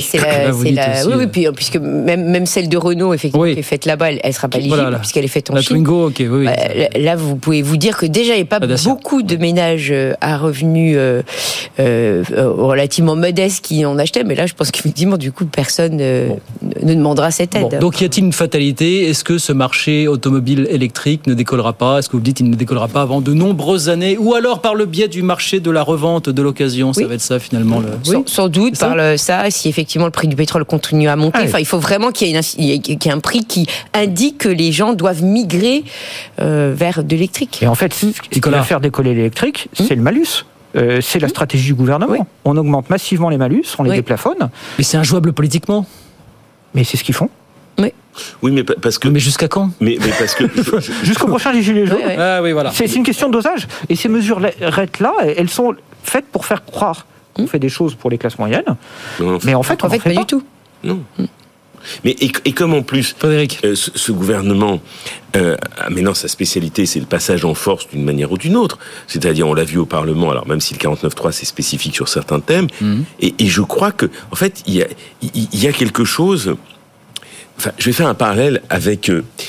M: puis puisque même celle de Renault, effectivement, qui est faite là-bas, elle ne sera pas éligible puisqu'elle est faite en Chine.
E: Twingo, oui.
M: Là, vous pouvez vous dire que déjà, il n'y a pas beaucoup de ménages à revenus relativement modestes qui en achetaient, mais là, je pense qu'effectivement, du coup, personne ne demandera cette aide.
E: Donc, y a-t-il une fatalité ? Est-ce que ce marché automobile électrique ne décollera pas ? Est-ce que vous dites qu'il ne décollera pas avant de nombreuses années ? Ou alors par le biais du marché de la revente, de l'occasion ? Ça va être ça, finalement.
M: Sans doute, par ça, si effectivement le prix du pétrole continue à monter. Enfin, il faut vraiment qu'il y ait un prix qui indique que les gens doivent migrer vers de l'électrique.
N: Et en fait, ce qui va faire décoller l'électrique, c'est le malus. C'est la stratégie du gouvernement. Oui. On augmente massivement les malus, on les déplafonne.
E: Mais c'est injouable politiquement.
N: Mais c'est ce qu'ils font.
D: Oui, mais parce que.
E: Mais jusqu'à quand ?
D: Mais parce que
N: jusqu'au prochain Gilets jaunes.
E: Ah oui, voilà.
N: C'est une question de dosage. Et ces mesures-là, elles sont faites pour faire croire qu'on fait des choses pour les classes moyennes.
D: Non,
N: mais en fait, on
M: fait pas du tout.
D: Non. Mais et comme en plus,
E: Frédéric,
D: ce gouvernement, maintenant sa spécialité, c'est le passage en force d'une manière ou d'une autre. C'est-à-dire, on l'a vu au Parlement. Alors même si le 49.3 c'est spécifique sur certains thèmes, et je crois que, en fait, il y a quelque chose. Enfin, je vais faire un parallèle avec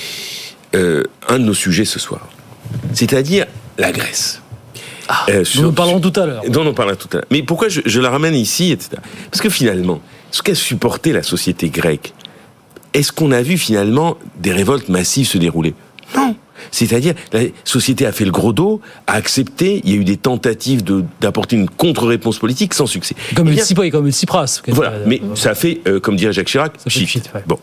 D: un de nos sujets ce soir, c'est-à-dire la Grèce.
E: Dont nous parlerons tout à l'heure.
D: Dont on parlera tout à l'heure. Mais pourquoi je la ramène ici, etc. Parce que finalement, ce qu'a supporté la société grecque, est-ce qu'on a vu finalement des révoltes massives se dérouler ? Non. C'est-à-dire, la société a fait le gros dos, a accepté, il y a eu des tentatives d'apporter une contre-réponse politique sans succès.
E: Comme le Tsipras.
D: Voilà, mais ça a fait, comme dirait Jacques Chirac, shit. Bon.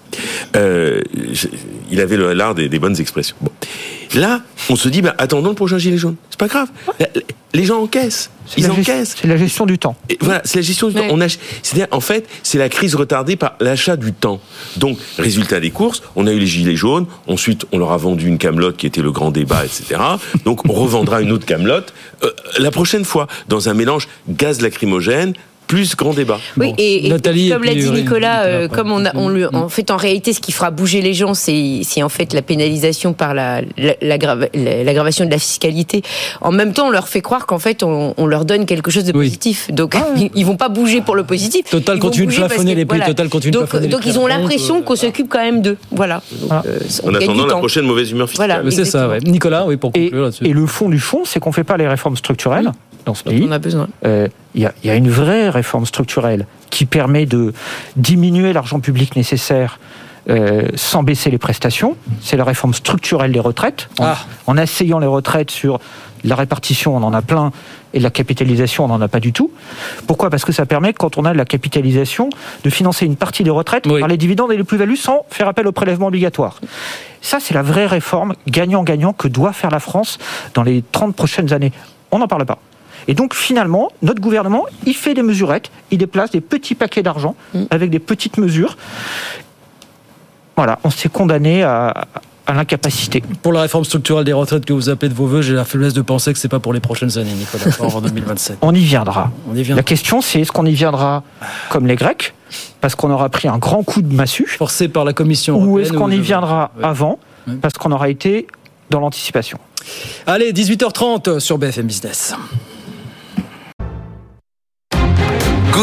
D: Il avait l'art des bonnes expressions. Bon. Là, on se dit, attendons le prochain gilet jaune. C'est pas grave. Les gens encaissent. Ils encaissent.
N: C'est la gestion du temps.
D: Et voilà, c'est la gestion du temps. C'est-à-dire, en fait, c'est la crise retardée par l'achat du temps. Donc, résultat des courses, on a eu les gilets jaunes. Ensuite, on leur a vendu une camelote qui était le grand débat, etc. Donc, on revendra une autre camelote la prochaine fois dans un mélange gaz lacrymogène plus grand débat.
M: Oui, et comme l'a dit Nicolas, comme en fait, en réalité, ce qui fera bouger les gens, c'est en fait la pénalisation par l'aggravation de la fiscalité. En même temps, on leur fait croire qu'en fait, on leur donne quelque chose de positif. Donc, ils vont pas bouger pour le positif.
E: Total continue de plafonner les prix. Total continue de plafonner les prix.
M: Donc, ils ont l'impression qu'on s'occupe quand même d'eux. Voilà. Donc,
D: en attendant la prochaine mauvaise humeur fiscale.
E: Voilà, c'est ça, ouais. Nicolas, oui, pour conclure là-dessus.
N: Et le fond du fond, c'est qu'on fait pas les réformes structurelles dans ce pays.
M: On a besoin.
N: Il y a une vraie réforme structurelle qui permet de diminuer l'argent public nécessaire sans baisser les prestations. C'est la réforme structurelle des retraites. En asseyant les retraites sur la répartition, on en a plein, et la capitalisation, on n'en a pas du tout. Pourquoi ? Parce que ça permet, quand on a de la capitalisation, de financer une partie des retraites par les dividendes et les plus-values sans faire appel au prélèvement obligatoire. Ça, c'est la vraie réforme gagnant-gagnant que doit faire la France dans les 30 prochaines années. On n'en parle pas. Et donc, finalement, notre gouvernement, il fait des mesurettes, il déplace des petits paquets d'argent avec des petites mesures. Voilà, on s'est condamné à l'incapacité.
E: Pour la réforme structurelle des retraites que vous appelez de vos voeux, j'ai la faiblesse de penser que c'est pas pour les prochaines années, Nicolas, pas en 2027.
N: On y viendra. La question, c'est est-ce qu'on y viendra comme les Grecs, parce qu'on aura pris un grand coup de massue,
E: forcé par la Commission européenne,
N: ou est-ce qu'on y viendra avant, parce qu'on aura été dans l'anticipation.
E: Allez, 18h30 sur BFM Business.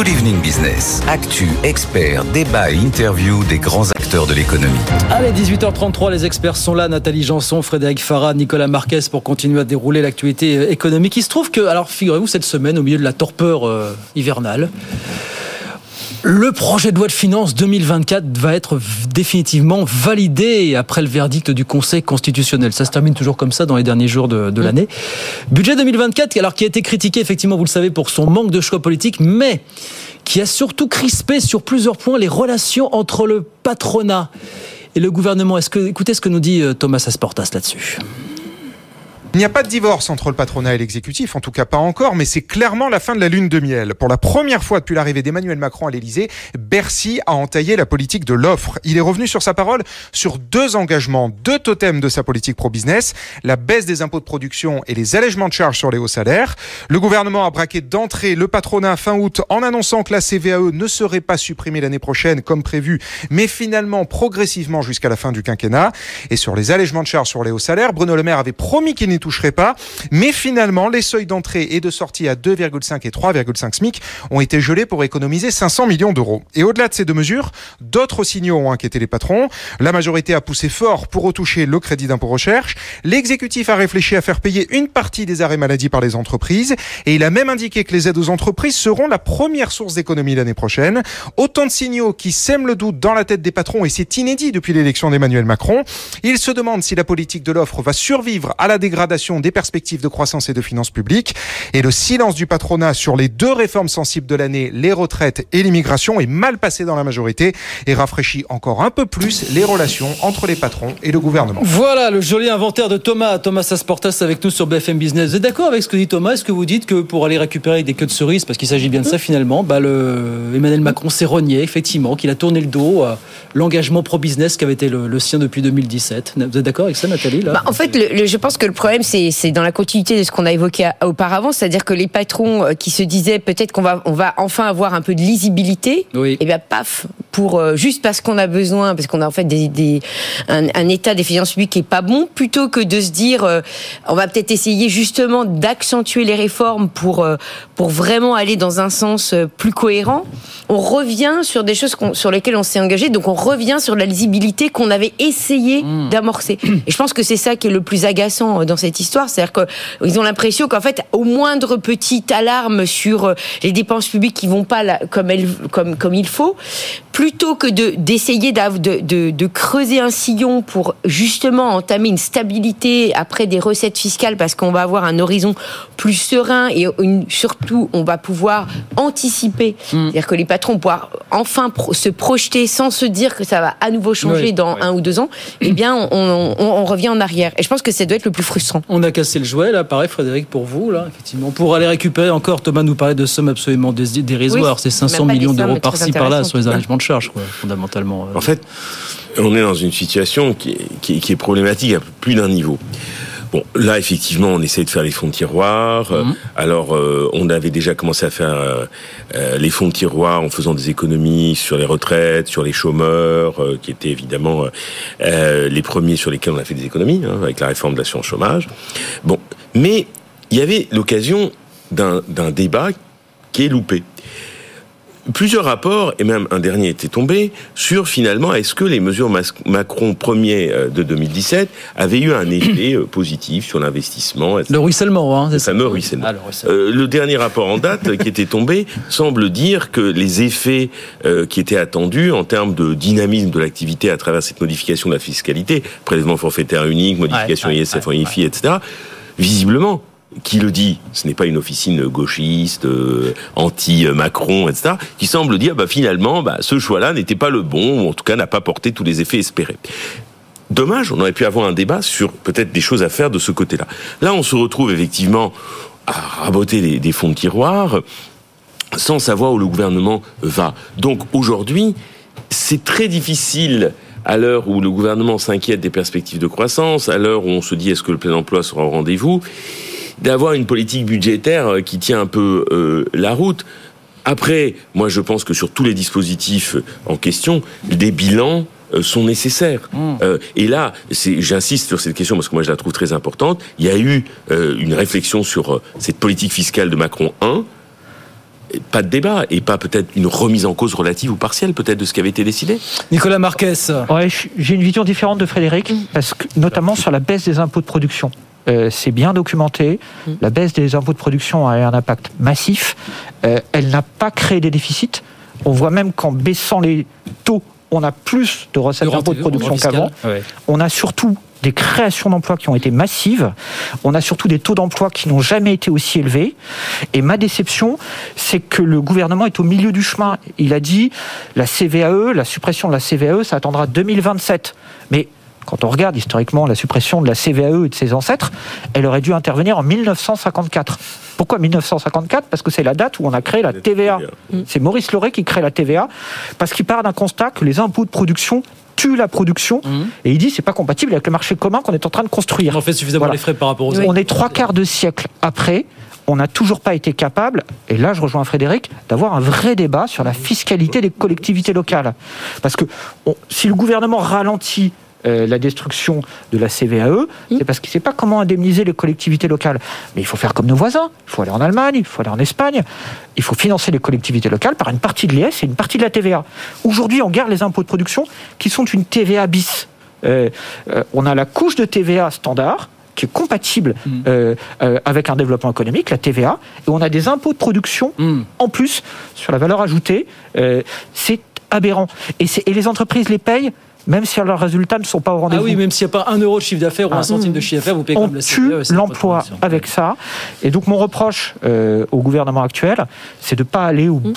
A: Good Evening Business. Actu, experts, débat et interview des grands acteurs de l'économie.
E: Allez, 18h33, les experts sont là. Nathalie Janson, Frédéric Farah, Nicolas Marquez pour continuer à dérouler l'actualité économique. Il se trouve que, alors figurez-vous, cette semaine, au milieu de la torpeur hivernale, le projet de loi de finances 2024 va être définitivement validé après le verdict du Conseil constitutionnel. Ça se termine toujours comme ça dans les derniers jours de l'année. Budget 2024, alors qui a été critiqué effectivement, vous le savez, pour son manque de choix politique, mais qui a surtout crispé sur plusieurs points les relations entre le patronat et le gouvernement. Écoutez ce que nous dit Thomas Asportas là-dessus.
O: Il n'y a pas de divorce entre le patronat et l'exécutif, en tout cas pas encore, mais c'est clairement la fin de la lune de miel. Pour la première fois depuis l'arrivée d'Emmanuel Macron à l'Élysée, Bercy a entaillé la politique de l'offre. Il est revenu sur sa parole sur 2 engagements, 2 totems de sa politique pro-business, la baisse des impôts de production et les allègements de charges sur les hauts salaires. Le gouvernement a braqué d'entrée le patronat fin août en annonçant que la CVAE ne serait pas supprimée l'année prochaine comme prévu, mais finalement progressivement jusqu'à la fin du quinquennat. Et sur les allègements de charges sur les hauts salaires, Bruno Le Maire avait promis qu'il n'y toucherait pas, mais finalement les seuils d'entrée et de sortie à 2,5 et 3,5 SMIC ont été gelés pour économiser 500 millions d'euros. Et au-delà de ces 2 mesures, d'autres signaux ont inquiété les patrons. La majorité a poussé fort pour retoucher le crédit d'impôt recherche. L'exécutif a réfléchi à faire payer une partie des arrêts maladie par les entreprises et il a même indiqué que les aides aux entreprises seront la première source d'économie l'année prochaine. Autant de signaux qui sèment le doute dans la tête des patrons et c'est inédit depuis l'élection d'Emmanuel Macron. Ils se demandent si la politique de l'offre va survivre à la dégradation des perspectives de croissance et de finances publiques. Et le silence du patronat sur les 2 réformes sensibles de l'année, les retraites et l'immigration, est mal passé dans la majorité et rafraîchit encore un peu plus les relations entre les patrons et le gouvernement.
E: Voilà le joli inventaire de Thomas Asportas avec nous sur BFM Business. Vous êtes d'accord avec ce que dit Thomas? Est-ce que vous dites que pour aller récupérer des queues de cerises, parce qu'il s'agit bien de ça finalement, Emmanuel Macron s'est renié, effectivement, qu'il a tourné le dos à l'engagement pro-business qui avait été le sien depuis 2017. Vous êtes d'accord avec ça, Nathalie là?
M: En fait, je pense que le problème, c'est dans la continuité de ce qu'on a évoqué auparavant, c'est-à-dire que les patrons qui se disaient peut-être qu'on va enfin avoir un peu de lisibilité, et bien paf, juste parce qu'on a besoin, parce qu'on a en fait un état des finances publiques qui est pas bon, plutôt que de se dire on va peut-être essayer justement d'accentuer les réformes pour vraiment aller dans un sens plus cohérent. On revient sur des choses sur lesquelles on s'est engagé, donc on revient sur la lisibilité qu'on avait essayé d'amorcer. Et je pense que c'est ça qui est le plus agaçant dans cette histoire, c'est-à-dire qu'ils ont l'impression qu'en fait, au moindre petite alarme sur les dépenses publiques qui vont pas comme il faut, plutôt que d'essayer de creuser un sillon pour justement entamer une stabilité après des recettes fiscales, parce qu'on va avoir un horizon plus serein et surtout on va pouvoir anticiper, c'est-à-dire que les patrons vont pouvoir enfin se projeter sans se dire que ça va à nouveau changer dans 1 ou 2 ans. Eh bien, on revient en arrière. Et je pense que ça doit être le plus frustrant.
E: On a cassé le jouet, là, pareil, Frédéric, pour vous, là, effectivement. Pour aller récupérer encore, Thomas nous parlait de sommes absolument dérisoires. Oui, c'est 500 millions d'euros par-ci, par-là, sur les allégements de charges, quoi, fondamentalement.
D: En fait, on est dans une situation qui est problématique à plus d'un niveau. Bon, là, effectivement, on essaie de faire les fonds de tiroir. Alors, on avait déjà commencé à faire les fonds de tiroir en faisant des économies sur les retraites, sur les chômeurs, qui étaient évidemment les premiers sur lesquels on a fait des économies, avec la réforme de l'assurance chômage. Bon, mais il y avait l'occasion d'un débat qui est loupé. Plusieurs rapports, et même un dernier était tombé, sur finalement, est-ce que les mesures Macron premier de 2017 avaient eu un effet positif sur l'investissement, etc.
E: Le ruissellement,
D: c'est ça. Le fameux ruissellement. Le dernier rapport en date qui était tombé semble dire que les effets qui étaient attendus en termes de dynamisme de l'activité à travers cette modification de la fiscalité, prélèvement forfaitaire unique, modification ISF en IFI, etc., visiblement, qui le dit, ce n'est pas une officine gauchiste, anti-Macron, etc., qui semble dire, finalement, ce choix-là n'était pas le bon, ou en tout cas n'a pas porté tous les effets espérés. Dommage, on aurait pu avoir un débat sur peut-être des choses à faire de ce côté-là. Là, on se retrouve effectivement à raboter des fonds de tiroir, sans savoir où le gouvernement va. Donc aujourd'hui, c'est très difficile, à l'heure où le gouvernement s'inquiète des perspectives de croissance, à l'heure où on se dit est-ce que le plein emploi sera au rendez-vous, d'avoir une politique budgétaire qui tient un peu la route. Après, moi je pense que sur tous les dispositifs en question, des bilans sont nécessaires. Et là, j'insiste sur cette question parce que moi je la trouve très importante. Il y a eu une réflexion sur cette politique fiscale de Macron 1. pas de débat et pas peut-être une remise en cause relative ou partielle peut-être de ce qui avait été décidé.
E: Nicolas Marquez.
N: Ouais, j'ai une vision différente de Frédéric, parce que notamment sur la baisse des impôts de production. C'est bien documenté. La baisse des impôts de production a eu un impact massif. Elle n'a pas créé des déficits. On voit même qu'en baissant les taux, on a plus de recettes d'impôts de production qu'avant. Ouais. On a surtout des créations d'emplois qui ont été massives. On a surtout des taux d'emploi qui n'ont jamais été aussi élevés. Et ma déception, c'est que le gouvernement est au milieu du chemin. Il a dit la CVAE, la suppression de la CVAE, ça attendra 2027. Mais quand on regarde historiquement la suppression de la CVAE et de ses ancêtres, elle aurait dû intervenir en 1954. Pourquoi 1954 ? Parce que c'est la date où on a créé la TVA. C'est Maurice Lauré qui crée la TVA, parce qu'il part d'un constat que les impôts de production tuent la production, et il dit c'est pas compatible avec le marché commun qu'on est en train de construire.
E: On fait suffisamment les frais par rapport aux autres.
N: On est 3/4 de siècle après, on n'a toujours pas été capable, et là je rejoins Frédéric, d'avoir un vrai débat sur la fiscalité des collectivités locales. Parce que si le gouvernement ralentit la destruction de la CVAE, c'est parce qu'il ne sait pas comment indemniser les collectivités locales. Mais il faut faire comme nos voisins. Il faut aller en Allemagne, il faut aller en Espagne. Il faut financer les collectivités locales par une partie de l'IS et une partie de la TVA. Aujourd'hui, on garde les impôts de production qui sont une TVA bis. On a la couche de TVA standard qui est compatible avec un développement économique, la TVA, et on a des impôts de production en plus sur la valeur ajoutée. C'est aberrant. Et les entreprises les payent même si leurs résultats ne sont pas au rendez-vous.
E: Ah oui, même s'il n'y a pas 1 euro de chiffre d'affaires ou 1 centime de chiffre d'affaires, vous payez comme la CVAE.
N: On tue l'emploi avec ça. Et donc mon reproche au gouvernement actuel, c'est de ne pas aller au bout.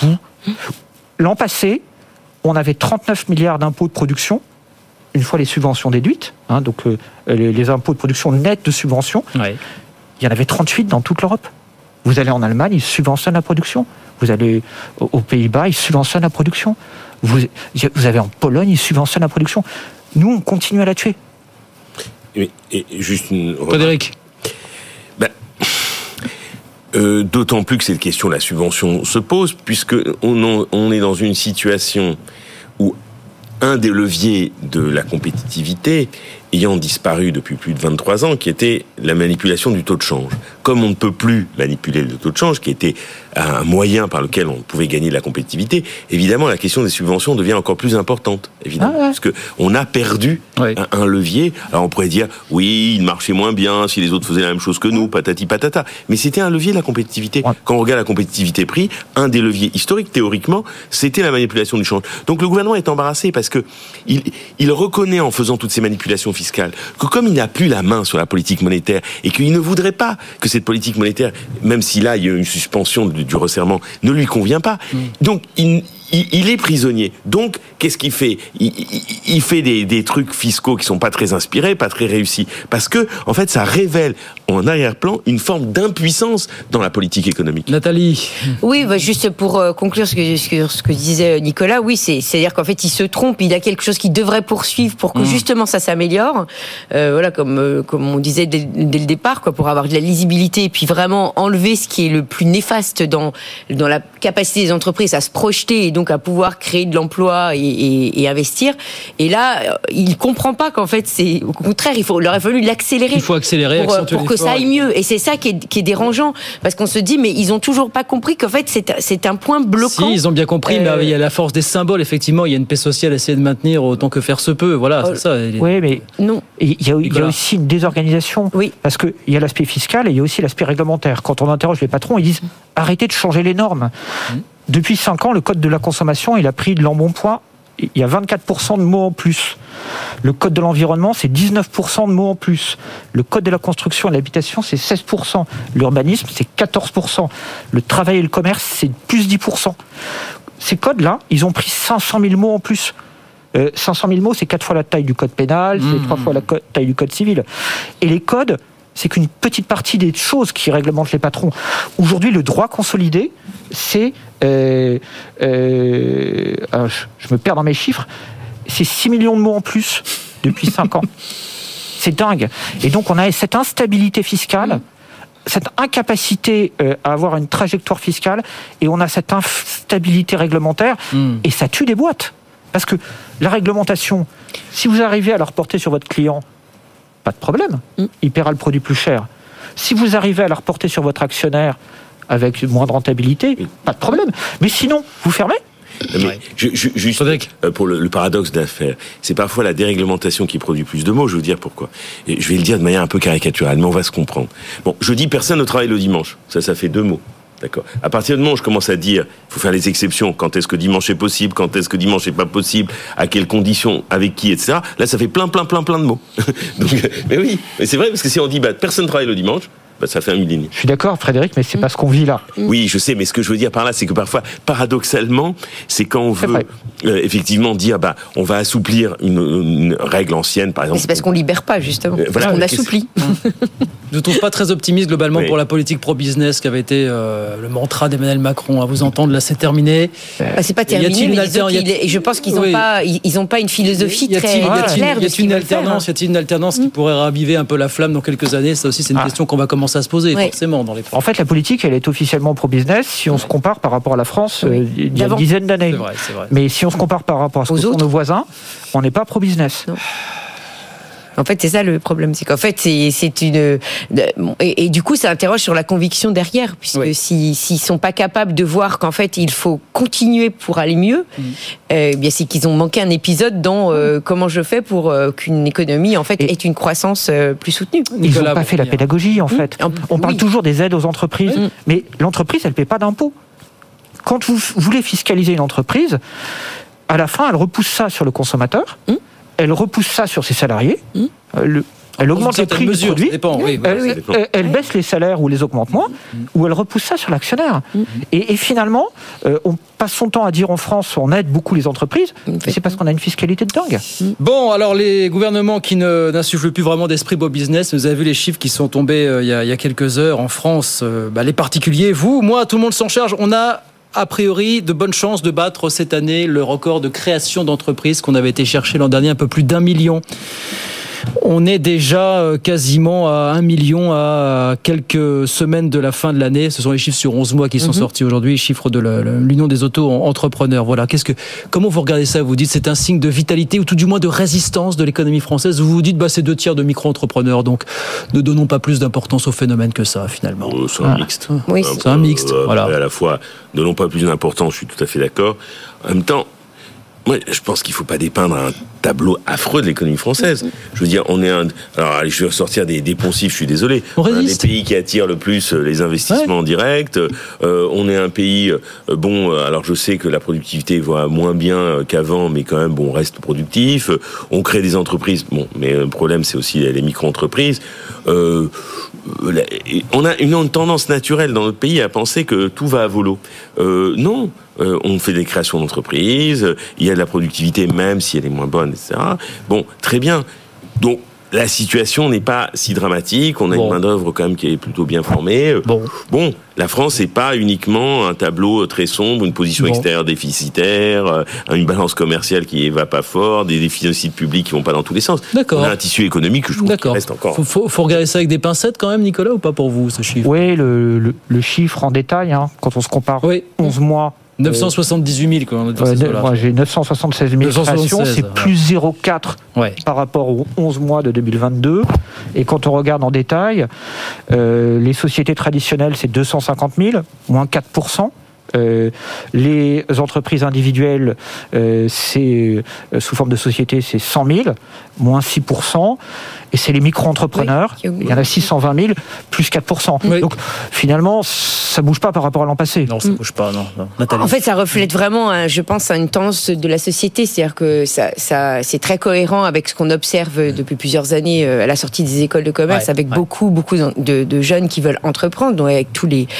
N: L'an passé, on avait 39 milliards d'impôts de production, une fois les subventions déduites, donc les impôts de production nets de subventions. Ouais. Il y en avait 38 dans toute l'Europe. Vous allez en Allemagne, ils subventionnent la production. Vous allez aux Pays-Bas, ils subventionnent la production. Vous avez en Pologne, ils subventionnent la production. Nous, on continue à la tuer.
D: Et juste une...
E: Frédéric.
D: D'autant plus que cette question de la subvention se pose, puisque on est dans une situation où un des leviers de la compétitivité ayant disparu depuis plus de 23 ans, qui était la manipulation du taux de change. Comme on ne peut plus manipuler le taux de change, qui était un moyen par lequel on pouvait gagner de la compétitivité, évidemment, la question des subventions devient encore plus importante, évidemment, parce que on a perdu un levier. Alors on pourrait dire, oui, il marchait moins bien si les autres faisaient la même chose que nous, patati patata. Mais c'était un levier de la compétitivité. Quand on regarde la compétitivité prix, un des leviers historiques, théoriquement, c'était la manipulation du change. Donc le gouvernement est embarrassé parce que il reconnaît en faisant toutes ces manipulations fiscales que comme il n'a plus la main sur la politique monétaire et qu'il ne voudrait pas que cette politique monétaire, même si là il y a une suspension du resserrement, ne lui convient pas. Donc il est prisonnier. Donc qu'est-ce qu'il fait ? Il fait des trucs fiscaux qui sont pas très inspirés, pas très réussis, parce que en fait ça révèle en arrière-plan une forme d'impuissance dans la politique économique.
E: Nathalie.
M: Oui, juste pour conclure ce que disait Nicolas, oui, c'est-à-dire qu'en fait il se trompe, il a quelque chose qu'il devrait poursuivre pour que justement ça s'améliore. Voilà, comme on disait dès le départ, quoi, pour avoir de la lisibilité et puis vraiment enlever ce qui est le plus néfaste dans la capacité des entreprises à se projeter et donc à pouvoir créer de l'emploi et investir. Et là, il comprend pas qu'en fait, c'est au contraire, il aurait fallu l'accélérer.
E: Il faut accélérer
M: pour que ça aille mieux. Et c'est ça qui est dérangeant, parce qu'on se dit, mais ils ont toujours pas compris qu'en fait, c'est un point bloquant.
E: Si, ils ont bien compris, mais il y a la force des symboles. Effectivement, il y a une paix sociale à essayer de maintenir autant que faire se peut. Voilà, c'est ça.
N: Oui, mais non. Il y a aussi une désorganisation.
M: Oui.
N: Parce qu'il y a l'aspect fiscal et il y a aussi l'aspect réglementaire. Quand on interroge les patrons, ils disent arrêtez de changer les normes. Depuis 5 ans, le code de la consommation, il a pris de l'embonpoint. Il y a 24% de mots en plus. Le code de l'environnement, c'est 19% de mots en plus. Le code de la construction et de l'habitation, c'est 16%. L'urbanisme, c'est 14%. Le travail et le commerce, c'est plus 10%. Ces codes-là, ils ont pris 500 000 mots en plus. 500 000 mots, c'est 4 fois la taille du code pénal, c'est 3 fois la taille du code civil. Et les codes, c'est qu'une petite partie des choses qui réglementent les patrons. Aujourd'hui, le droit consolidé, c'est... je me perds dans mes chiffres, c'est 6 millions de mots en plus depuis 5 ans. C'est dingue. Et donc, on a cette instabilité fiscale, cette incapacité à avoir une trajectoire fiscale, et on a cette instabilité réglementaire, et ça tue des boîtes. Parce que la réglementation, si vous arrivez à la reporter sur votre client, pas de problème, il paiera le produit plus cher. Si vous arrivez à la reporter sur votre actionnaire, avec moins de rentabilité, pas de problème. Mais sinon, vous fermez.
D: Mais juste pour le paradoxe d'affaires, c'est parfois la déréglementation qui produit plus de mots. Je veux dire pourquoi. Et je vais le dire de manière un peu caricaturale, mais on va se comprendre. Bon, je dis personne ne travaille le dimanche. Ça fait 2 mots. D'accord. À partir du moment où je commence à dire, il faut faire les exceptions. Quand est-ce que dimanche est possible? Quand est-ce que dimanche n'est pas possible? À quelles conditions? Avec qui? Etc. Là, ça fait plein de mots. Donc, mais oui, mais c'est vrai parce que si on dit, personne ne travaille le dimanche. Ça fait un millénaire.
N: Je suis d'accord, Frédéric, mais c'est pas ce qu'on vit là.
D: Oui, je sais, mais ce que je veux dire par là, c'est que parfois, paradoxalement, c'est quand on veut effectivement dire, on va assouplir une règle ancienne, par exemple.
M: Mais c'est parce qu'on libère pas, justement. Parce qu'on assouplit.
E: Je ne trouve pas très optimiste globalement pour la politique pro-business qui avait été le mantra d'Emmanuel Macron. À vous entendre, là, c'est terminé.
M: C'est pas terminé, mais je pense qu'ils n'ont pas une philosophie très claire de ce qu'ils veulent faire.
E: Y a-t-il une alternance qui pourrait raviver un peu la flamme dans quelques années? Ça aussi, c'est une question qu'on va commencer à se poser, forcément. Dans les...
N: En fait, la politique, elle est officiellement pro-business si on se compare par rapport à la France il y a une dizaine d'années.
E: C'est vrai.
N: Mais si on se compare par rapport à ce que sont nos voisins, on n'est pas pro-business.
M: Non. En fait, c'est ça le problème, c'est qu'en fait, c'est une et du coup, ça interroge sur la conviction derrière, puisque s'ils sont pas capables de voir qu'en fait, il faut continuer pour aller mieux, bien c'est qu'ils ont manqué un épisode dans comment je fais pour qu'une économie en fait ait une croissance plus soutenue.
N: Ils n'ont pas fait la pédagogie, en fait. On parle toujours des aides aux entreprises, mais l'entreprise, elle paie pas d'impôts. Quand vous voulez fiscaliser une entreprise, à la fin, elle repousse ça sur le consommateur. Elle repousse ça sur ses salariés. Elle augmente les prix du produit. Elle baisse les salaires ou les augmente moins. Ou elle repousse ça sur l'actionnaire. Et finalement, on passe son temps à dire en France, on aide beaucoup les entreprises. Mais c'est parce qu'on a une fiscalité de dingue.
E: Bon, alors les gouvernements qui n'insufflent plus vraiment d'esprit beau business, vous avez vu les chiffres qui sont tombés il y a quelques heures en France. Les particuliers, vous, moi, tout le monde s'en charge. On a a priori de bonnes chances de battre cette année le record de création d'entreprises qu'on avait été chercher l'an dernier, un peu plus d'1 million. On est déjà quasiment à 1 million à quelques semaines de la fin de l'année. Ce sont les chiffres sur 11 mois qui sont sortis aujourd'hui, chiffres de l'Union des auto-entrepreneurs. Voilà. Comment vous regardez ça? Vous dites c'est un signe de vitalité ou tout du moins de résistance de l'économie française? Vous vous dites c'est 2/3 de micro-entrepreneurs, donc ne donnons pas plus d'importance au phénomène que ça finalement.
D: C'est un mixte.
E: Oui, c'est un mixte. Voilà.
D: À la fois, donnons pas plus d'importance, je suis tout à fait d'accord. En même temps, moi, je pense qu'il ne faut pas dépeindre un tableau affreux de l'économie française. Je veux dire, alors, allez, je vais ressortir des poncifs, je suis désolé. On est un des pays qui attire le plus les investissements directs. On est un pays, alors je sais que la productivité va moins bien qu'avant, mais quand même, on reste productif. On crée des entreprises. Mais le problème, c'est aussi les micro-entreprises. On a une tendance naturelle dans notre pays à penser que tout va à volo. Non. On fait des créations d'entreprises, il y a de la productivité même si elle est moins bonne, etc. Bon, très bien. Donc, la situation n'est pas si dramatique, on a une main-d'œuvre quand même qui est plutôt bien formée. Bon, la France n'est pas uniquement un tableau très sombre, une position extérieure déficitaire, une balance commerciale qui va pas fort, des déficits publics qui vont pas dans tous les sens.
E: D'accord.
D: On a un tissu économique que je trouve qui reste encore.
E: Faut regarder ça avec des pincettes quand même, Nicolas, ou pas pour vous, ce chiffre?
N: Oui, le chiffre en détail, quand on se compare 11 mois.
E: 978 000, quoi.
N: Moi, j'ai 976 000 créations, c'est plus 0,4 par rapport aux 11 mois de 2022. Et quand on regarde en détail, les sociétés traditionnelles, c'est 250 000, moins 4%. Les entreprises individuelles, c'est sous forme de société, c'est 100 000, moins 6%. Et c'est les micro-entrepreneurs, il y en a 620 000, plus 4%. Donc finalement, ça bouge pas par rapport à l'an passé.
E: Non, ça bouge pas, non.
M: En fait, ça reflète vraiment, je pense, une tendance de la société. C'est-à-dire que ça, c'est très cohérent avec ce qu'on observe depuis plusieurs années à la sortie des écoles de commerce, avec beaucoup de jeunes qui veulent entreprendre, donc avec tous les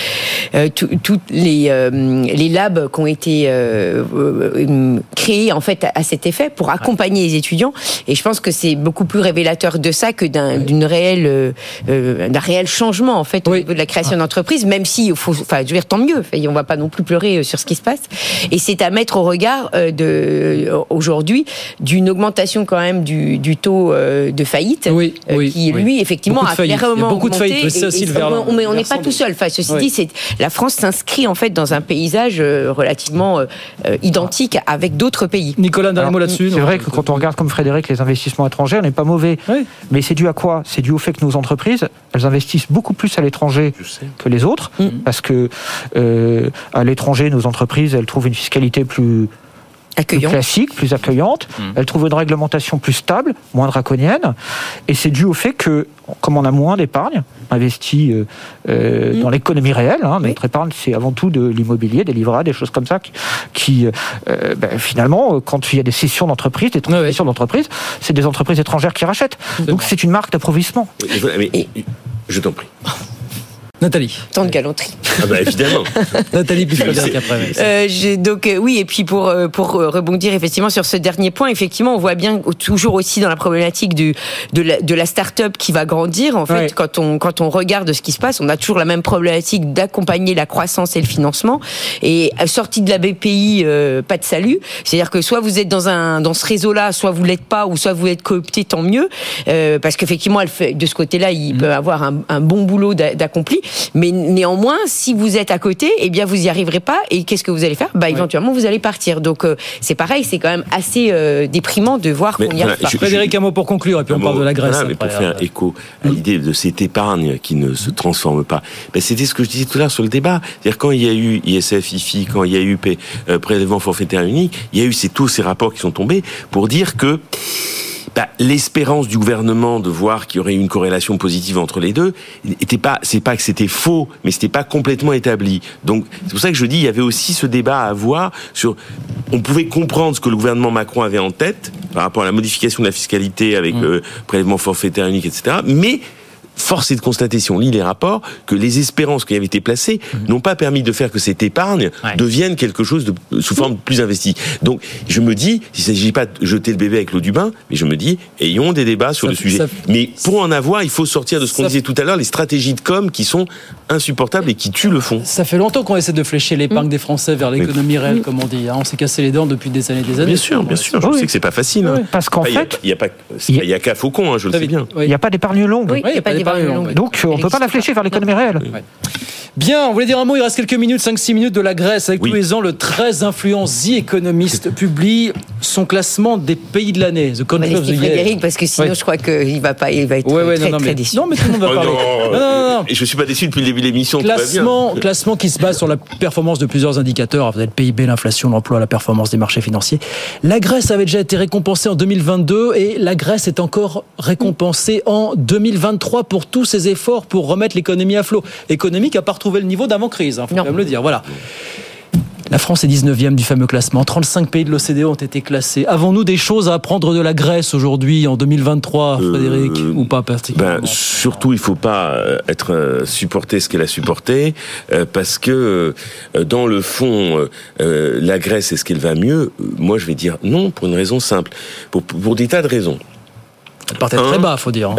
M: labs qui ont été créés en fait à cet effet pour accompagner les étudiants. Et je pense que c'est beaucoup plus révélateur de ça que d'un réel changement en fait au niveau de la création d'entreprise, même si je veux dire tant mieux, on va pas non plus pleurer sur ce qui se passe. Et c'est à mettre au regard aujourd'hui d'une augmentation quand même du taux de faillite, qui lui effectivement a clairement
E: beaucoup de faillites. C'est aussi le versant.
M: Mais on n'est pas tout seul. Ceci dit, la France s'inscrit en fait dans un paysage relativement identique avec d'autres pays.
E: Nicolas, un dernier mot là-dessus.
N: C'est vrai que quand on regarde comme Frédéric les investissements étrangers, on n'est pas mauvais. Mais c'est dû à quoi ? C'est dû au fait que nos entreprises, elles investissent beaucoup plus à l'étranger que les autres, parce que à l'étranger, nos entreprises, elles trouvent une fiscalité plus classique, plus accueillante. Elles trouvent une réglementation plus stable, moins draconienne. Et c'est dû au fait que, comme on a moins d'épargne investie dans l'économie réelle, notre épargne, c'est avant tout de l'immobilier, des livrets, des choses comme ça, qui finalement, quand il y a des cessions d'entreprises, des transactions d'entreprises, c'est des entreprises étrangères qui rachètent. Donc c'est une marque d'appauvrissement.
D: Je t'en prie.
E: Nathalie.
M: Tant de galanterie.
D: Ah bah évidemment.
E: Nathalie, puis après.
M: Donc oui, et puis pour rebondir effectivement sur ce dernier point, effectivement, on voit bien toujours aussi dans la problématique de la start-up qui va grandir. En fait, quand on regarde ce qui se passe, on a toujours la même problématique d'accompagner la croissance et le financement. Et sortie de la BPI, pas de salut. C'est-à-dire que soit vous êtes dans ce réseau-là, soit vous l'êtes pas, ou soit vous êtes coopté, tant mieux, parce qu'effectivement, de ce côté-là, il peut avoir un bon boulot d'accompli. Mais néanmoins, si vous êtes à côté, eh bien vous y arriverez pas. Et qu'est-ce que vous allez faire ? Éventuellement, vous allez partir. Donc c'est pareil, c'est quand même assez déprimant de voir qu'on y arrive pas.
E: Frédéric, un mot pour conclure, et puis on parle de la Grèce.
D: Mais pour faire écho à l'idée de cette épargne qui ne se transforme pas, c'était ce que je disais tout à l'heure sur le débat. C'est-à-dire quand il y a eu ISF, IFI, quand il y a eu prélèvement forfaitaire unique, il y a eu tous ces rapports qui sont tombés pour dire que l'espérance du gouvernement de voir qu'il y aurait une corrélation positive entre les deux c'est pas que c'était faux, mais c'était pas complètement établi. Donc c'est pour ça que je dis il y avait aussi ce débat à avoir sur. On pouvait comprendre ce que le gouvernement Macron avait en tête par rapport à la modification de la fiscalité avec prélèvement forfaitaire unique, etc. Mais force est de constater, si on lit les rapports, que les espérances qui avaient été placées n'ont pas permis de faire que cette épargne devienne quelque chose sous forme plus investie. Donc, je me dis, il ne s'agit pas de jeter le bébé avec l'eau du bain, mais je me dis, ayons des débats sur le sujet. Mais pour en avoir, il faut sortir de ce qu'on disait tout à l'heure, les stratégies de com qui sont insupportables et qui tuent le fond.
E: Ça fait longtemps qu'on essaie de flécher l'épargne des Français vers l'économie réelle, comme on dit. On s'est cassé les dents depuis des années. Bien
D: sûr. Je sais que c'est pas facile.
N: Parce qu'en fait,
D: il y a qu'à Faucon, je le sais bien.
N: Il n'y a pas d'épargne longue.
M: Oui, il n'y a pas d'épargne longue.
N: Donc on ne peut pas la flécher vers l'économie réelle.
E: Bien, on voulait dire un mot, il reste quelques minutes, 5-6 minutes de la Grèce. Avec tous les ans, le très influent The Economist publie son classement des pays de l'année. The Country of the Year.
M: Frédéric, parce que sinon je crois qu'il va être très déçu.
E: Non, mais tout le monde va parler.
D: Non. Et je ne suis pas déçu depuis le début de l'émission.
E: Classement qui se base sur la performance de plusieurs indicateurs. Vous avez le PIB, l'inflation, l'emploi, la performance des marchés financiers. La Grèce avait déjà été récompensée en 2022 et la Grèce est encore récompensée en 2023 pour tous ses efforts pour remettre l'économie à flot. Économie qui n'a pas retrouvé le niveau d'avant-crise, faut quand même le dire. Voilà. La France est 19e du fameux classement. 35 pays de l'OCDE ont été classés. Avons-nous des choses à apprendre de la Grèce aujourd'hui, en 2023, Frédéric, ou pas particulièrement ?
D: Surtout, il ne faut pas supporter ce qu'elle a supporté, parce que, dans le fond, la Grèce, est-ce qu'elle va mieux ? Moi, je vais dire non, pour une raison simple. Pour des tas de raisons.
E: Elle partait très bas, il faut dire.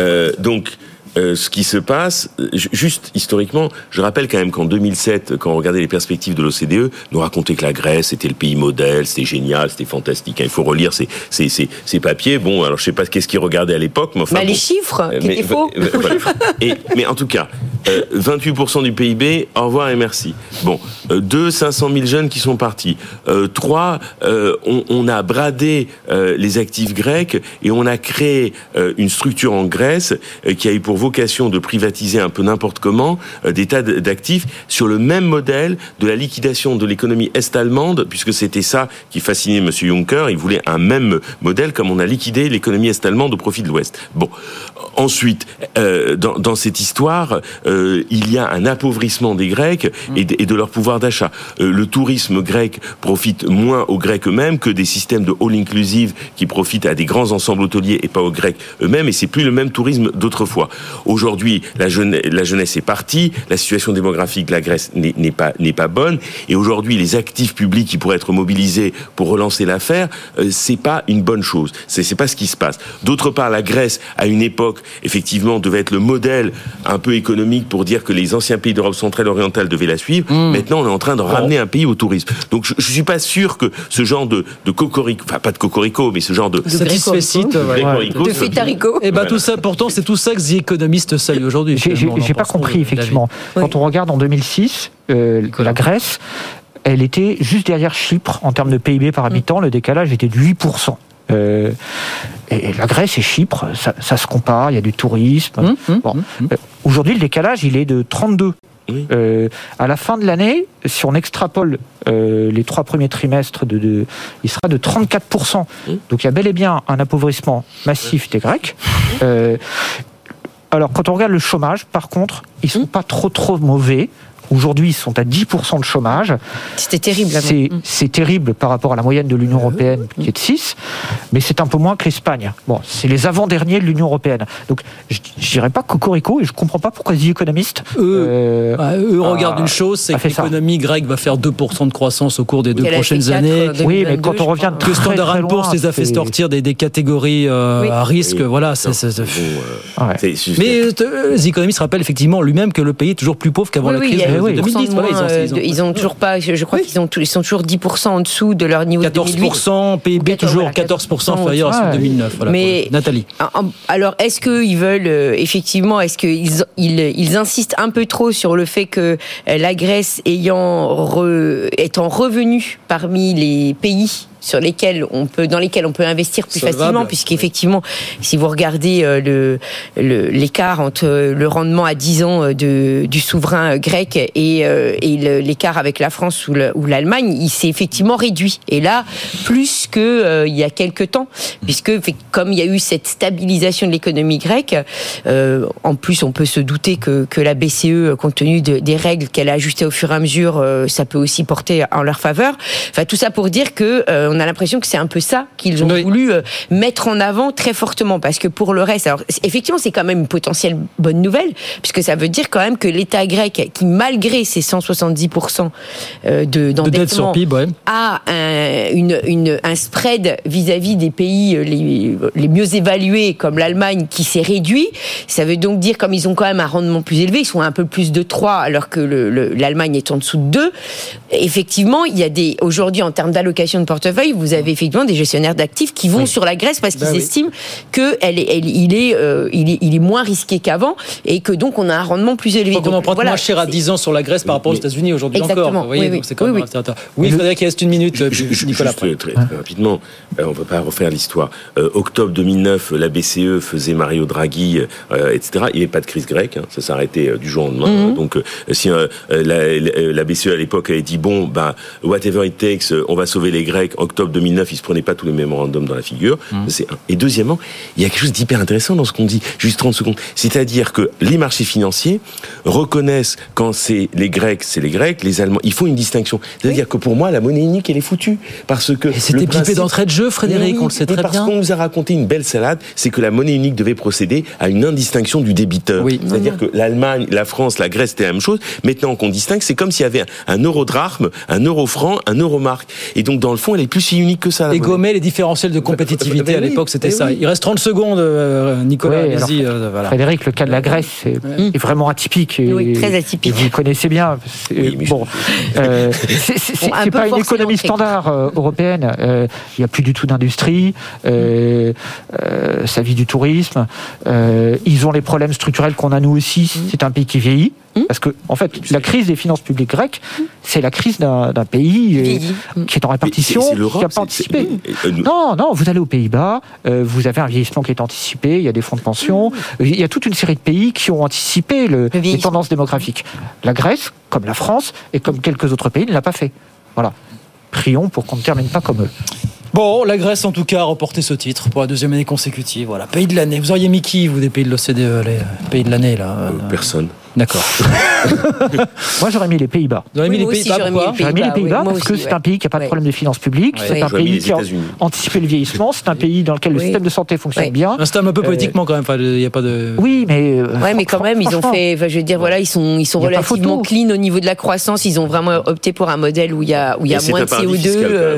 D: Ce qui se passe, juste historiquement, je rappelle quand même qu'en 2007, quand on regardait les perspectives de l'OCDE, nous racontait que la Grèce était le pays modèle, c'était génial, c'était fantastique. Il faut relire ces papiers. Bon, alors je sais pas qu'est-ce qu'ils regardaient à l'époque, mais enfin.
M: Les chiffres, qui étaient faux.
D: Mais en tout cas, 28% du PIB, au revoir et merci. Bon, 500 000 jeunes qui sont partis. 3, on a bradé les actifs grecs et on a créé une structure en Grèce qui a eu pour vocation de privatiser un peu n'importe comment des tas d'actifs sur le même modèle de la liquidation de l'économie est-allemande, puisque c'était ça qui fascinait M. Juncker. Il voulait un même modèle comme on a liquidé l'économie est-allemande au profit de l'Ouest. Bon, ensuite, dans cette histoire, il y a un appauvrissement des Grecs et de leur pouvoir d'achat. Le tourisme grec profite moins aux Grecs eux-mêmes que des systèmes de all-inclusive qui profitent à des grands ensembles hôteliers et pas aux Grecs eux-mêmes, et c'est plus le même tourisme d'autrefois. Aujourd'hui, la jeunesse est partie, la situation démographique de la Grèce n'est pas bonne, et aujourd'hui, les actifs publics qui pourraient être mobilisés pour relancer l'affaire, c'est pas une bonne chose. C'est pas ce qui se passe. D'autre part, la Grèce, à une époque, effectivement, devait être le modèle un peu économique pour dire que les anciens pays d'Europe centrale et orientale devaient la suivre. Maintenant, on est en train de ramener un pays au tourisme. Donc, je suis pas sûr que ce genre de cocorico, enfin, pas de cocorico, mais ce genre de
E: satisfecit,
M: de fétarico.
E: Et tout ça, pourtant, c'est tout ça que The Economist salue aujourd'hui.
N: J'ai pas compris, effectivement. Quand on regarde en 2006, la Grèce, elle était juste derrière Chypre en termes de PIB par habitant. Le décalage était de 8%. Et la Grèce et Chypre, ça se compare, il y a du tourisme. Aujourd'hui, le décalage, il est de 32. Oui. À la fin de l'année, si on extrapole les 3 premiers trimestres, il sera de 34%. Donc il y a bel et bien un appauvrissement massif des Grecs. Alors quand on regarde le chômage, par contre, ils sont pas trop mauvais. Aujourd'hui, ils sont à 10% de chômage.
M: C'était terrible.
N: C'est terrible par rapport à la moyenne de l'Union européenne, qui est de 6, mais c'est un peu moins que l'Espagne. Bon, c'est les avant-derniers de l'Union européenne. Donc, je dirais pas cocorico, et je comprends pas pourquoi les économistes...
E: Eux regardent une chose, c'est que l'économie grecque va faire 2% de croissance au cours des 2 prochaines années.
N: Oui, mais quand on revient de
E: que Standard & Poor's les a fait sortir des catégories à risque, voilà. Mais les économistes rappellent effectivement lui-même que le pays est toujours plus pauvre qu'avant la crise. 2010,
M: ils ont toujours pas. Je crois qu'ils sont toujours 10% en dessous de leur niveau
E: 14%, PIB toujours 14% inférieur à celui de 2009. Voilà, mais Nathalie.
M: Alors, est-ce qu'ils veulent effectivement, est-ce qu'ils insistent un peu trop sur le fait que la Grèce étant revenue parmi les pays dans lesquels on peut investir plus facilement, puisqu'effectivement, si vous regardez l'écart entre le rendement à 10 ans du souverain grec et l'écart avec la France ou l'Allemagne, il s'est effectivement réduit. Et là, plus que il y a quelques temps, puisque comme il y a eu cette stabilisation de l'économie grecque, en plus on peut se douter que la BCE, compte tenu des règles qu'elle a ajustées au fur et à mesure, ça peut aussi porter en leur faveur. Enfin, tout ça pour dire que on a l'impression que c'est un peu ça qu'ils ont voulu mettre en avant très fortement, parce que pour le reste, alors effectivement c'est quand même une potentielle bonne nouvelle, puisque ça veut dire quand même que l'État grec, qui malgré ses 170% d'endettement a un spread vis-à-vis des pays les mieux évalués comme l'Allemagne, qui s'est réduit. Ça veut donc dire, comme ils ont quand même un rendement plus élevé, ils sont à un peu plus de 3 alors que l'Allemagne est en dessous de 2. Effectivement, il y a aujourd'hui en termes d'allocation de portefeuille, vous avez effectivement des gestionnaires d'actifs qui vont sur la Grèce parce qu'ils estiment qu'il est moins risqué qu'avant et que donc on a un rendement plus élevé.
E: Donc on emprunte moins cher à 10 ans sur la Grèce par rapport aux États-Unis aujourd'hui encore. Vous voyez, donc c'est quand même intéressant. Oui, Frédéric, il reste une minute. Nicolas.
D: Très rapidement, on ne va pas refaire l'histoire. Octobre 2009, la BCE faisait Mario Draghi, etc. Il n'y avait pas de crise grecque, ça s'arrêtait du jour au lendemain. Donc si la BCE à l'époque avait dit whatever it takes, on va sauver les Grecs. Octobre 2009, ils se prenaient pas tous les mémorandums dans la figure. C'est un. Et deuxièmement, il y a quelque chose d'hyper intéressant dans ce qu'on dit. Juste 30 secondes. C'est-à-dire que les marchés financiers reconnaissent quand c'est les Grecs, les Allemands. Ils font une distinction. C'est-à-dire que pour moi, la monnaie unique, elle est foutue. Parce que.
E: Et c'était pipé d'entrée de jeu, Frédéric, on le sait très bien.
D: Parce qu'on nous a raconté une belle salade, c'est que la monnaie unique devait procéder à une indistinction du débiteur. C'est-à-dire que l'Allemagne, la France, la Grèce, c'était la même chose. Maintenant qu'on distingue, c'est comme s'il y avait un euro-drachme, un euro-franc, un euro-marque. Et donc, dans le fond, elle est plus si unique que ça.
E: Et gommer les différentiels de compétitivité à l'époque, c'était ça. Il reste 30 secondes, Nicolas, allez-y.
N: Voilà. Frédéric, le cas de la Grèce est vraiment atypique.
M: Très atypique.
N: Et vous le connaissez bien. C'est pas une économie standard européenne. Il n'y a plus du tout d'industrie. Ça vit du tourisme. Ils ont les problèmes structurels qu'on a nous aussi. C'est un pays qui vieillit. Parce que, en fait, la crise des finances publiques grecques, c'est la crise d'un pays qui est en répartition, qui n'a pas anticipé. Non, vous allez aux Pays-Bas, vous avez un vieillissement qui est anticipé, il y a des fonds de pension, il y a toute une série de pays qui ont anticipé les tendances démographiques. La Grèce, comme la France, et comme quelques autres pays, ne l'a pas fait. Voilà. Prions pour qu'on ne termine pas comme eux.
E: Bon, la Grèce, en tout cas, a remporté ce titre pour la 2e année consécutive. Voilà, pays de l'année. Vous auriez mis qui, vous, des pays de l'OCDE, les pays de l'année, là
D: Personne.
E: D'accord.
N: Moi, j'aurais mis les Pays-Bas.
E: Vous auriez mis les Pays-Bas, pourquoi ?
N: J'aurais mis les Pays-Bas parce que c'est un pays qui n'a pas de problème de finances publiques, c'est un pays qui a anticipé le vieillissement, c'est un pays dans lequel le système de santé fonctionne bien.
E: C'est un peu politiquement quand même, il n'y a pas de...
N: Oui, mais...
M: mais quand même, ils ont fait... Je veux dire, voilà, ils sont relativement clean au niveau de la croissance, ils ont vraiment opté pour un modèle où il y a moins de CO2...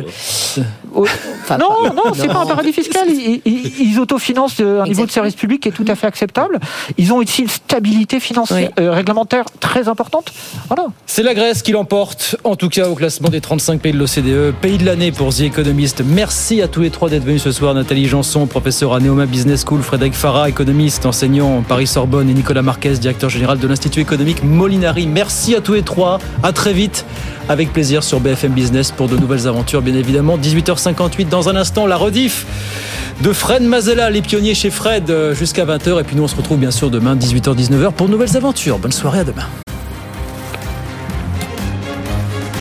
N: Non, c'est pas un paradis fiscal. Ils autofinancent un niveau de service public qui est tout à fait acceptable. Ils ont aussi une stabilité financière, réglementaire très importante. Voilà.
E: C'est la Grèce qui l'emporte, en tout cas au classement des 35 pays de l'OCDE. Pays de l'année pour The Economist. Merci à tous les trois d'être venus ce soir. Nathalie Janson, professeur à Neoma Business School, Frédéric Farah, économiste, enseignant Paris-Sorbonne, et Nicolas Marquez, directeur général de l'Institut économique Molinari. Merci à tous les trois. À très vite avec plaisir sur BFM Business pour de nouvelles aventures, bien évidemment. 18h58 dans un instant, la rediff de Fred Mazella, les pionniers chez Fred, jusqu'à 20h. Et puis nous, on se retrouve bien sûr demain, 18h-19h, pour de nouvelles aventures. Bonne soirée, à demain.